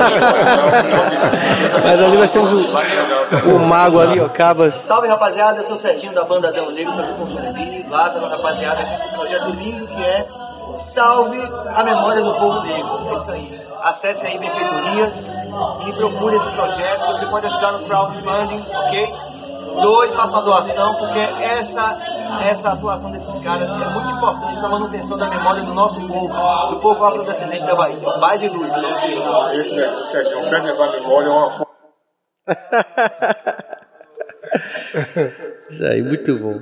Mas ali nós temos o, o mago ali, ó, Cabas. Salve, rapaziada, eu sou o Serginho da banda Adão Negro, pelo Consumir, Lázaro, rapaziada, com esse projeto lindo que é Salve a Memória do Povo Negro. É isso aí. Acesse aí Benfeitorias e procure esse projeto. Você pode ajudar no crowdfunding, ok? Doe, faça uma doação, porque essa, essa atuação desses caras é muito importante para a manutenção da memória do nosso povo, do povo afrodescendente da Bahia. Paz e luz. Esse Serginho, quer levar a memória é uma Isso aí, muito bom.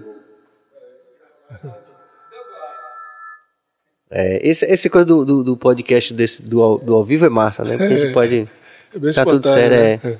É, esse, esse coisa do, do, do podcast desse, do, ao- do ao vivo é massa, né? Porque a gente pode. É bem Tá tudo espontâneo, certo, né? é.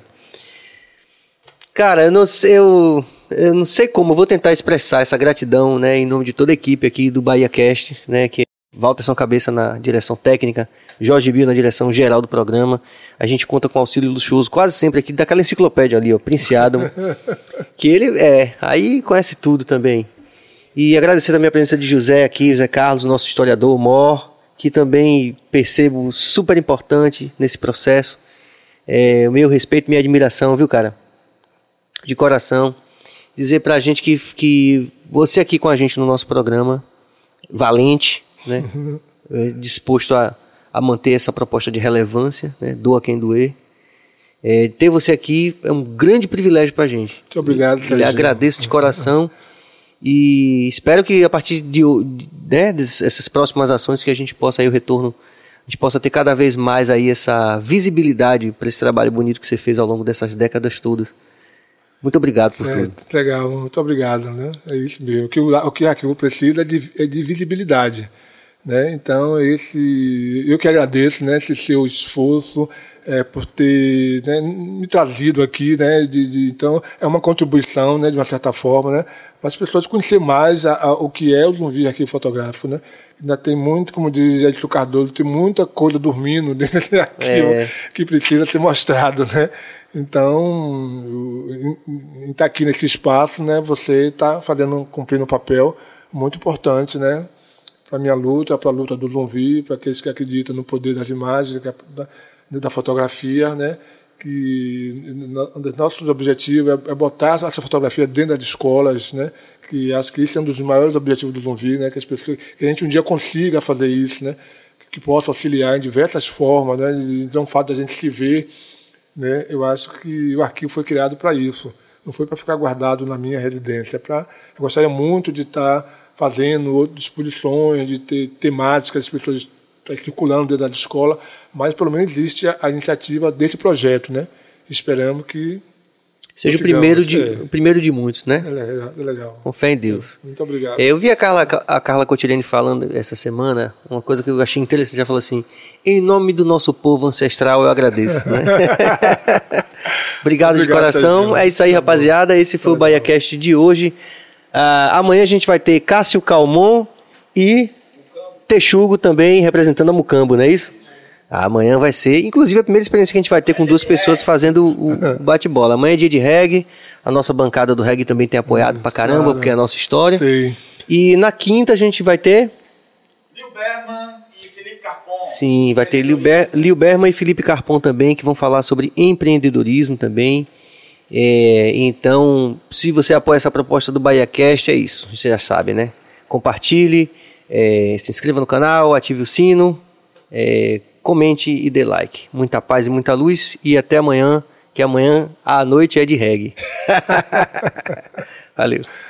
Cara, eu não sei, eu, eu não sei como, eu vou tentar expressar essa gratidão, né, em nome de toda a equipe aqui do Bahia Cast, né, que é Walterson Cabeça na direção técnica, Jorge Bio na direção geral do programa. A gente conta com auxílio luxuoso quase sempre aqui daquela enciclopédia ali, ó, Prince Adam, que ele é, aí conhece tudo também. E agradecer também a presença de José aqui, José Carlos, nosso historiador, Mor, que também percebo super importante nesse processo. É, o meu respeito, minha admiração, viu, cara? De coração. Dizer pra gente que, que você aqui com a gente no nosso programa, valente, né? É, disposto a, a manter essa proposta de relevância, né? Doa quem doer. É, ter você aqui é um grande privilégio pra gente. Muito obrigado, Lhe Serginho. agradeço de coração. E espero que a partir de, né, dessas próximas ações que a gente possa aí o retorno, a gente possa ter cada vez mais aí essa visibilidade para esse trabalho bonito que você fez ao longo dessas décadas todas. Muito obrigado por É, tudo. legal, muito obrigado, né? É isso mesmo. O que o, o que a Arquivo precisa é de, é de visibilidade, né? Então, esse, eu que agradeço, né, esse seu esforço é, por ter, né, me trazido aqui, né? De, de, então, é uma contribuição, né, de uma certa forma, né? Para as pessoas conhecerem mais a, a, o que é o Zumbi Arquivo Fotográfico, né? Ainda tem muito, como diz Edson Cardoso, tem muita coisa dormindo dentro daquilo É. que precisa ser mostrado, né? Então, em estar aqui nesse espaço, né, você está fazendo, cumprindo um papel muito importante, né, para a minha luta, para a luta do Zumbi, para aqueles que acreditam no poder das imagens, da, da fotografia, né, que nosso objetivo é, é botar essa fotografia dentro das escolas, né, que acho que esse é um dos maiores objetivos do Zumbi, né, que as pessoas, que a gente um dia consiga fazer isso, né, que possa auxiliar em diversas formas, né, então o fato da gente se ver, né, eu acho que o arquivo foi criado para isso, não foi para ficar guardado na minha residência, é pra, eu gostaria muito de estar fazendo outras exposições, de ter temáticas, as pessoas estão circulando dentro da escola, mas pelo menos existe a, a iniciativa desse projeto, né? Esperamos que seja o Sigamos, primeiro, de, é. o primeiro de muitos, né? É legal. É legal. Com fé em Deus. Muito obrigado. É, eu vi a Carla, a Carla Cotilene falando essa semana, uma coisa que eu achei interessante, já falou assim, em nome do nosso povo ancestral eu agradeço. Né? Obrigado, Obrigado de coração. Tadinho. É isso aí, rapaziada. Esse foi tá o BahiaCast de hoje. Uh, amanhã a gente vai ter Cássio Calmon e Texugo também representando a Mucambo, não é isso? Amanhã vai ser, inclusive, a primeira experiência que a gente vai ter com duas pessoas fazendo o bate-bola. Amanhã é dia de reggae, a nossa bancada do reggae também tem apoiado pra caramba, claro, porque é a nossa história. Sim. E na quinta a gente vai ter... Lil Berman e Felipe Carpon. Sim, vai ter Lil, Ber... Lil Berman e Felipe Carpon também, que vão falar sobre empreendedorismo também. É, então, se você apoia essa proposta do BahiaCast, é isso, você já sabe, né? Compartilhe, é, se inscreva no canal, ative o sino, é, comente e dê like. Muita paz e muita luz e até amanhã, que amanhã à noite é de reggae. Valeu.